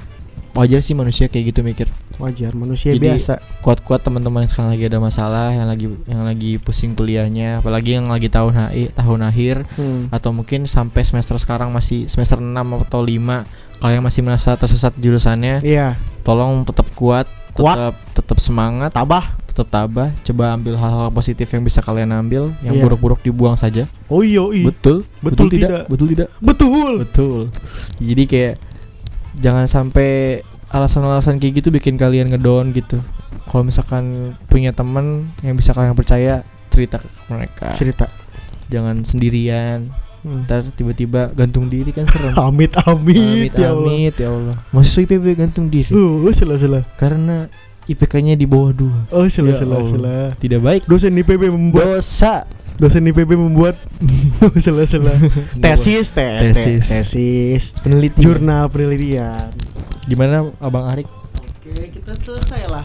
S2: wajar sih manusia kayak gitu mikir.
S1: Wajar, manusia
S2: Jadi,
S1: biasa.
S2: Kuat-kuat teman-teman yang sekarang lagi ada masalah, yang lagi yang lagi pusing kuliahnya, apalagi yang lagi tahun H I, tahun akhir
S1: Hmm.
S2: atau mungkin sampai semester sekarang masih semester enam atau lima, kalian masih merasa tersesat jurusannya,
S1: Iya.
S2: tolong tetap kuat,
S1: Kuat.
S2: tetap tetap semangat,
S1: Tabah.
S2: tetap tabah, coba ambil hal-hal positif yang bisa kalian ambil, yang
S1: Iya.
S2: buruk-buruk dibuang saja.
S1: Oh iya, iya.
S2: Betul,
S1: Betul
S2: tidak?
S1: tidak?
S2: Betul tidak?
S1: Betul.
S2: Betul. Jadi kayak jangan sampai alasan-alasan kayak gitu bikin kalian ngedown gitu. Kalau misalkan punya teman yang bisa kalian percaya, cerita ke mereka.
S1: Cerita.
S2: Jangan sendirian.
S1: Hmm.
S2: Ntar tiba-tiba gantung diri kan serem.
S1: Amit amit,
S2: Amit,
S1: ya Allah.
S2: amit, ya Allah. Mahasiswa I P B gantung diri
S1: Uh, salah salah.
S2: karena I P K-nya di bawah dua.
S1: Oh, salah
S2: Ya
S1: salah
S2: Allah.
S1: salah.
S2: Tidak baik.
S1: Dosen I P B membuat
S2: Dosa.
S1: dosen I P B membuat oh, salah salah. Tesis, tes,
S2: Tesis.
S1: tes, tesis.
S2: Peneliti.
S1: Jurnal penelitian.
S2: Gimana Abang Arik?
S1: Oke, kita selesai lah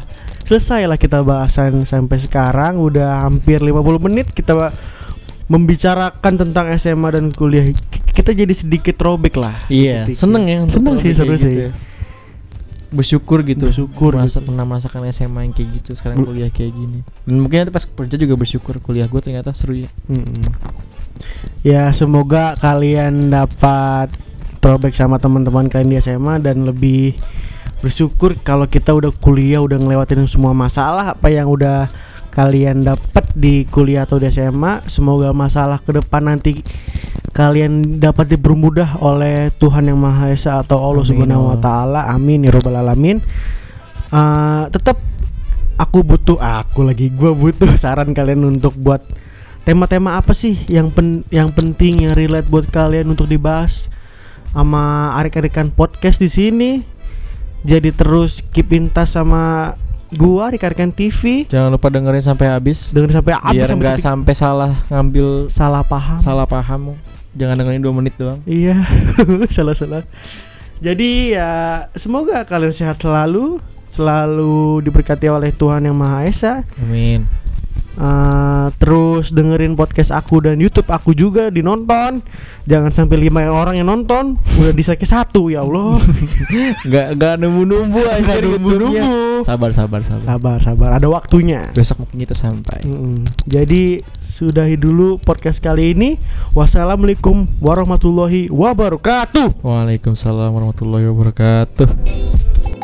S1: selesai lah kita bahasan sampai sekarang. Udah hampir lima puluh menit kita membicarakan tentang S M A dan kuliah. Kita jadi sedikit throwback lah.
S2: Iya,
S1: Sedikit.
S2: seneng ya. untuk
S1: Seneng sih,
S2: kayak
S1: seru
S2: gitu
S1: sih.
S2: ya. Bersyukur gitu.
S1: Bersyukur
S2: merasa
S1: gitu.
S2: pernah merasakan S M A yang kayak gitu, sekarang
S1: Ber-
S2: kuliah kayak gini. Dan mungkin nanti pas kerja juga bersyukur kuliah gue ternyata seru ya.
S1: Mm-mm. Ya semoga kalian dapat throwback sama teman-teman kalian di S M A dan lebih bersyukur kalau kita udah kuliah, udah ngelewatin semua masalah apa yang udah kalian dapat di kuliah atau di S M A. Semoga masalah ke depan nanti kalian dapat dipermudah oleh Tuhan Yang Maha Esa atau Allah
S2: Amin.
S1: Subhanahu wa taala. Amin ya robbal alamin. Uh, tetap aku butuh aku lagi gua butuh saran kalian untuk buat tema-tema apa sih yang pen, yang penting, yang relate buat kalian untuk dibahas sama arik-arikan podcast di sini. Jadi terus keep in touch sama gua Arik-arikan T V.
S2: Jangan lupa dengerin sampai habis.
S1: Dengerin sampai habis
S2: Biar
S1: sampai
S2: nggak
S1: titik-
S2: sampai salah ngambil
S1: salah paham.
S2: salah paham. Jangan dengerin dua menit doang.
S1: Iya, salah-salah. Jadi ya semoga kalian sehat selalu, selalu diberkati oleh Tuhan Yang Maha Esa.
S2: Amin.
S1: Uh, terus dengerin podcast aku dan YouTube aku juga dinonton. Jangan sampai lima orang yang nonton, udah dislike satu ya Allah.
S2: Nggak nggak nunggu nunggu aja.
S1: Nggak nunggu-nunggu.
S2: Sabar sabar sabar.
S1: Sabar, sabar, ada waktunya.
S2: Besok mungkin kita sampai.
S1: Mm-mm. Jadi sudahi dulu podcast kali ini. Wassalamualaikum warahmatullahi wabarakatuh.
S2: Waalaikumsalam warahmatullahi wabarakatuh.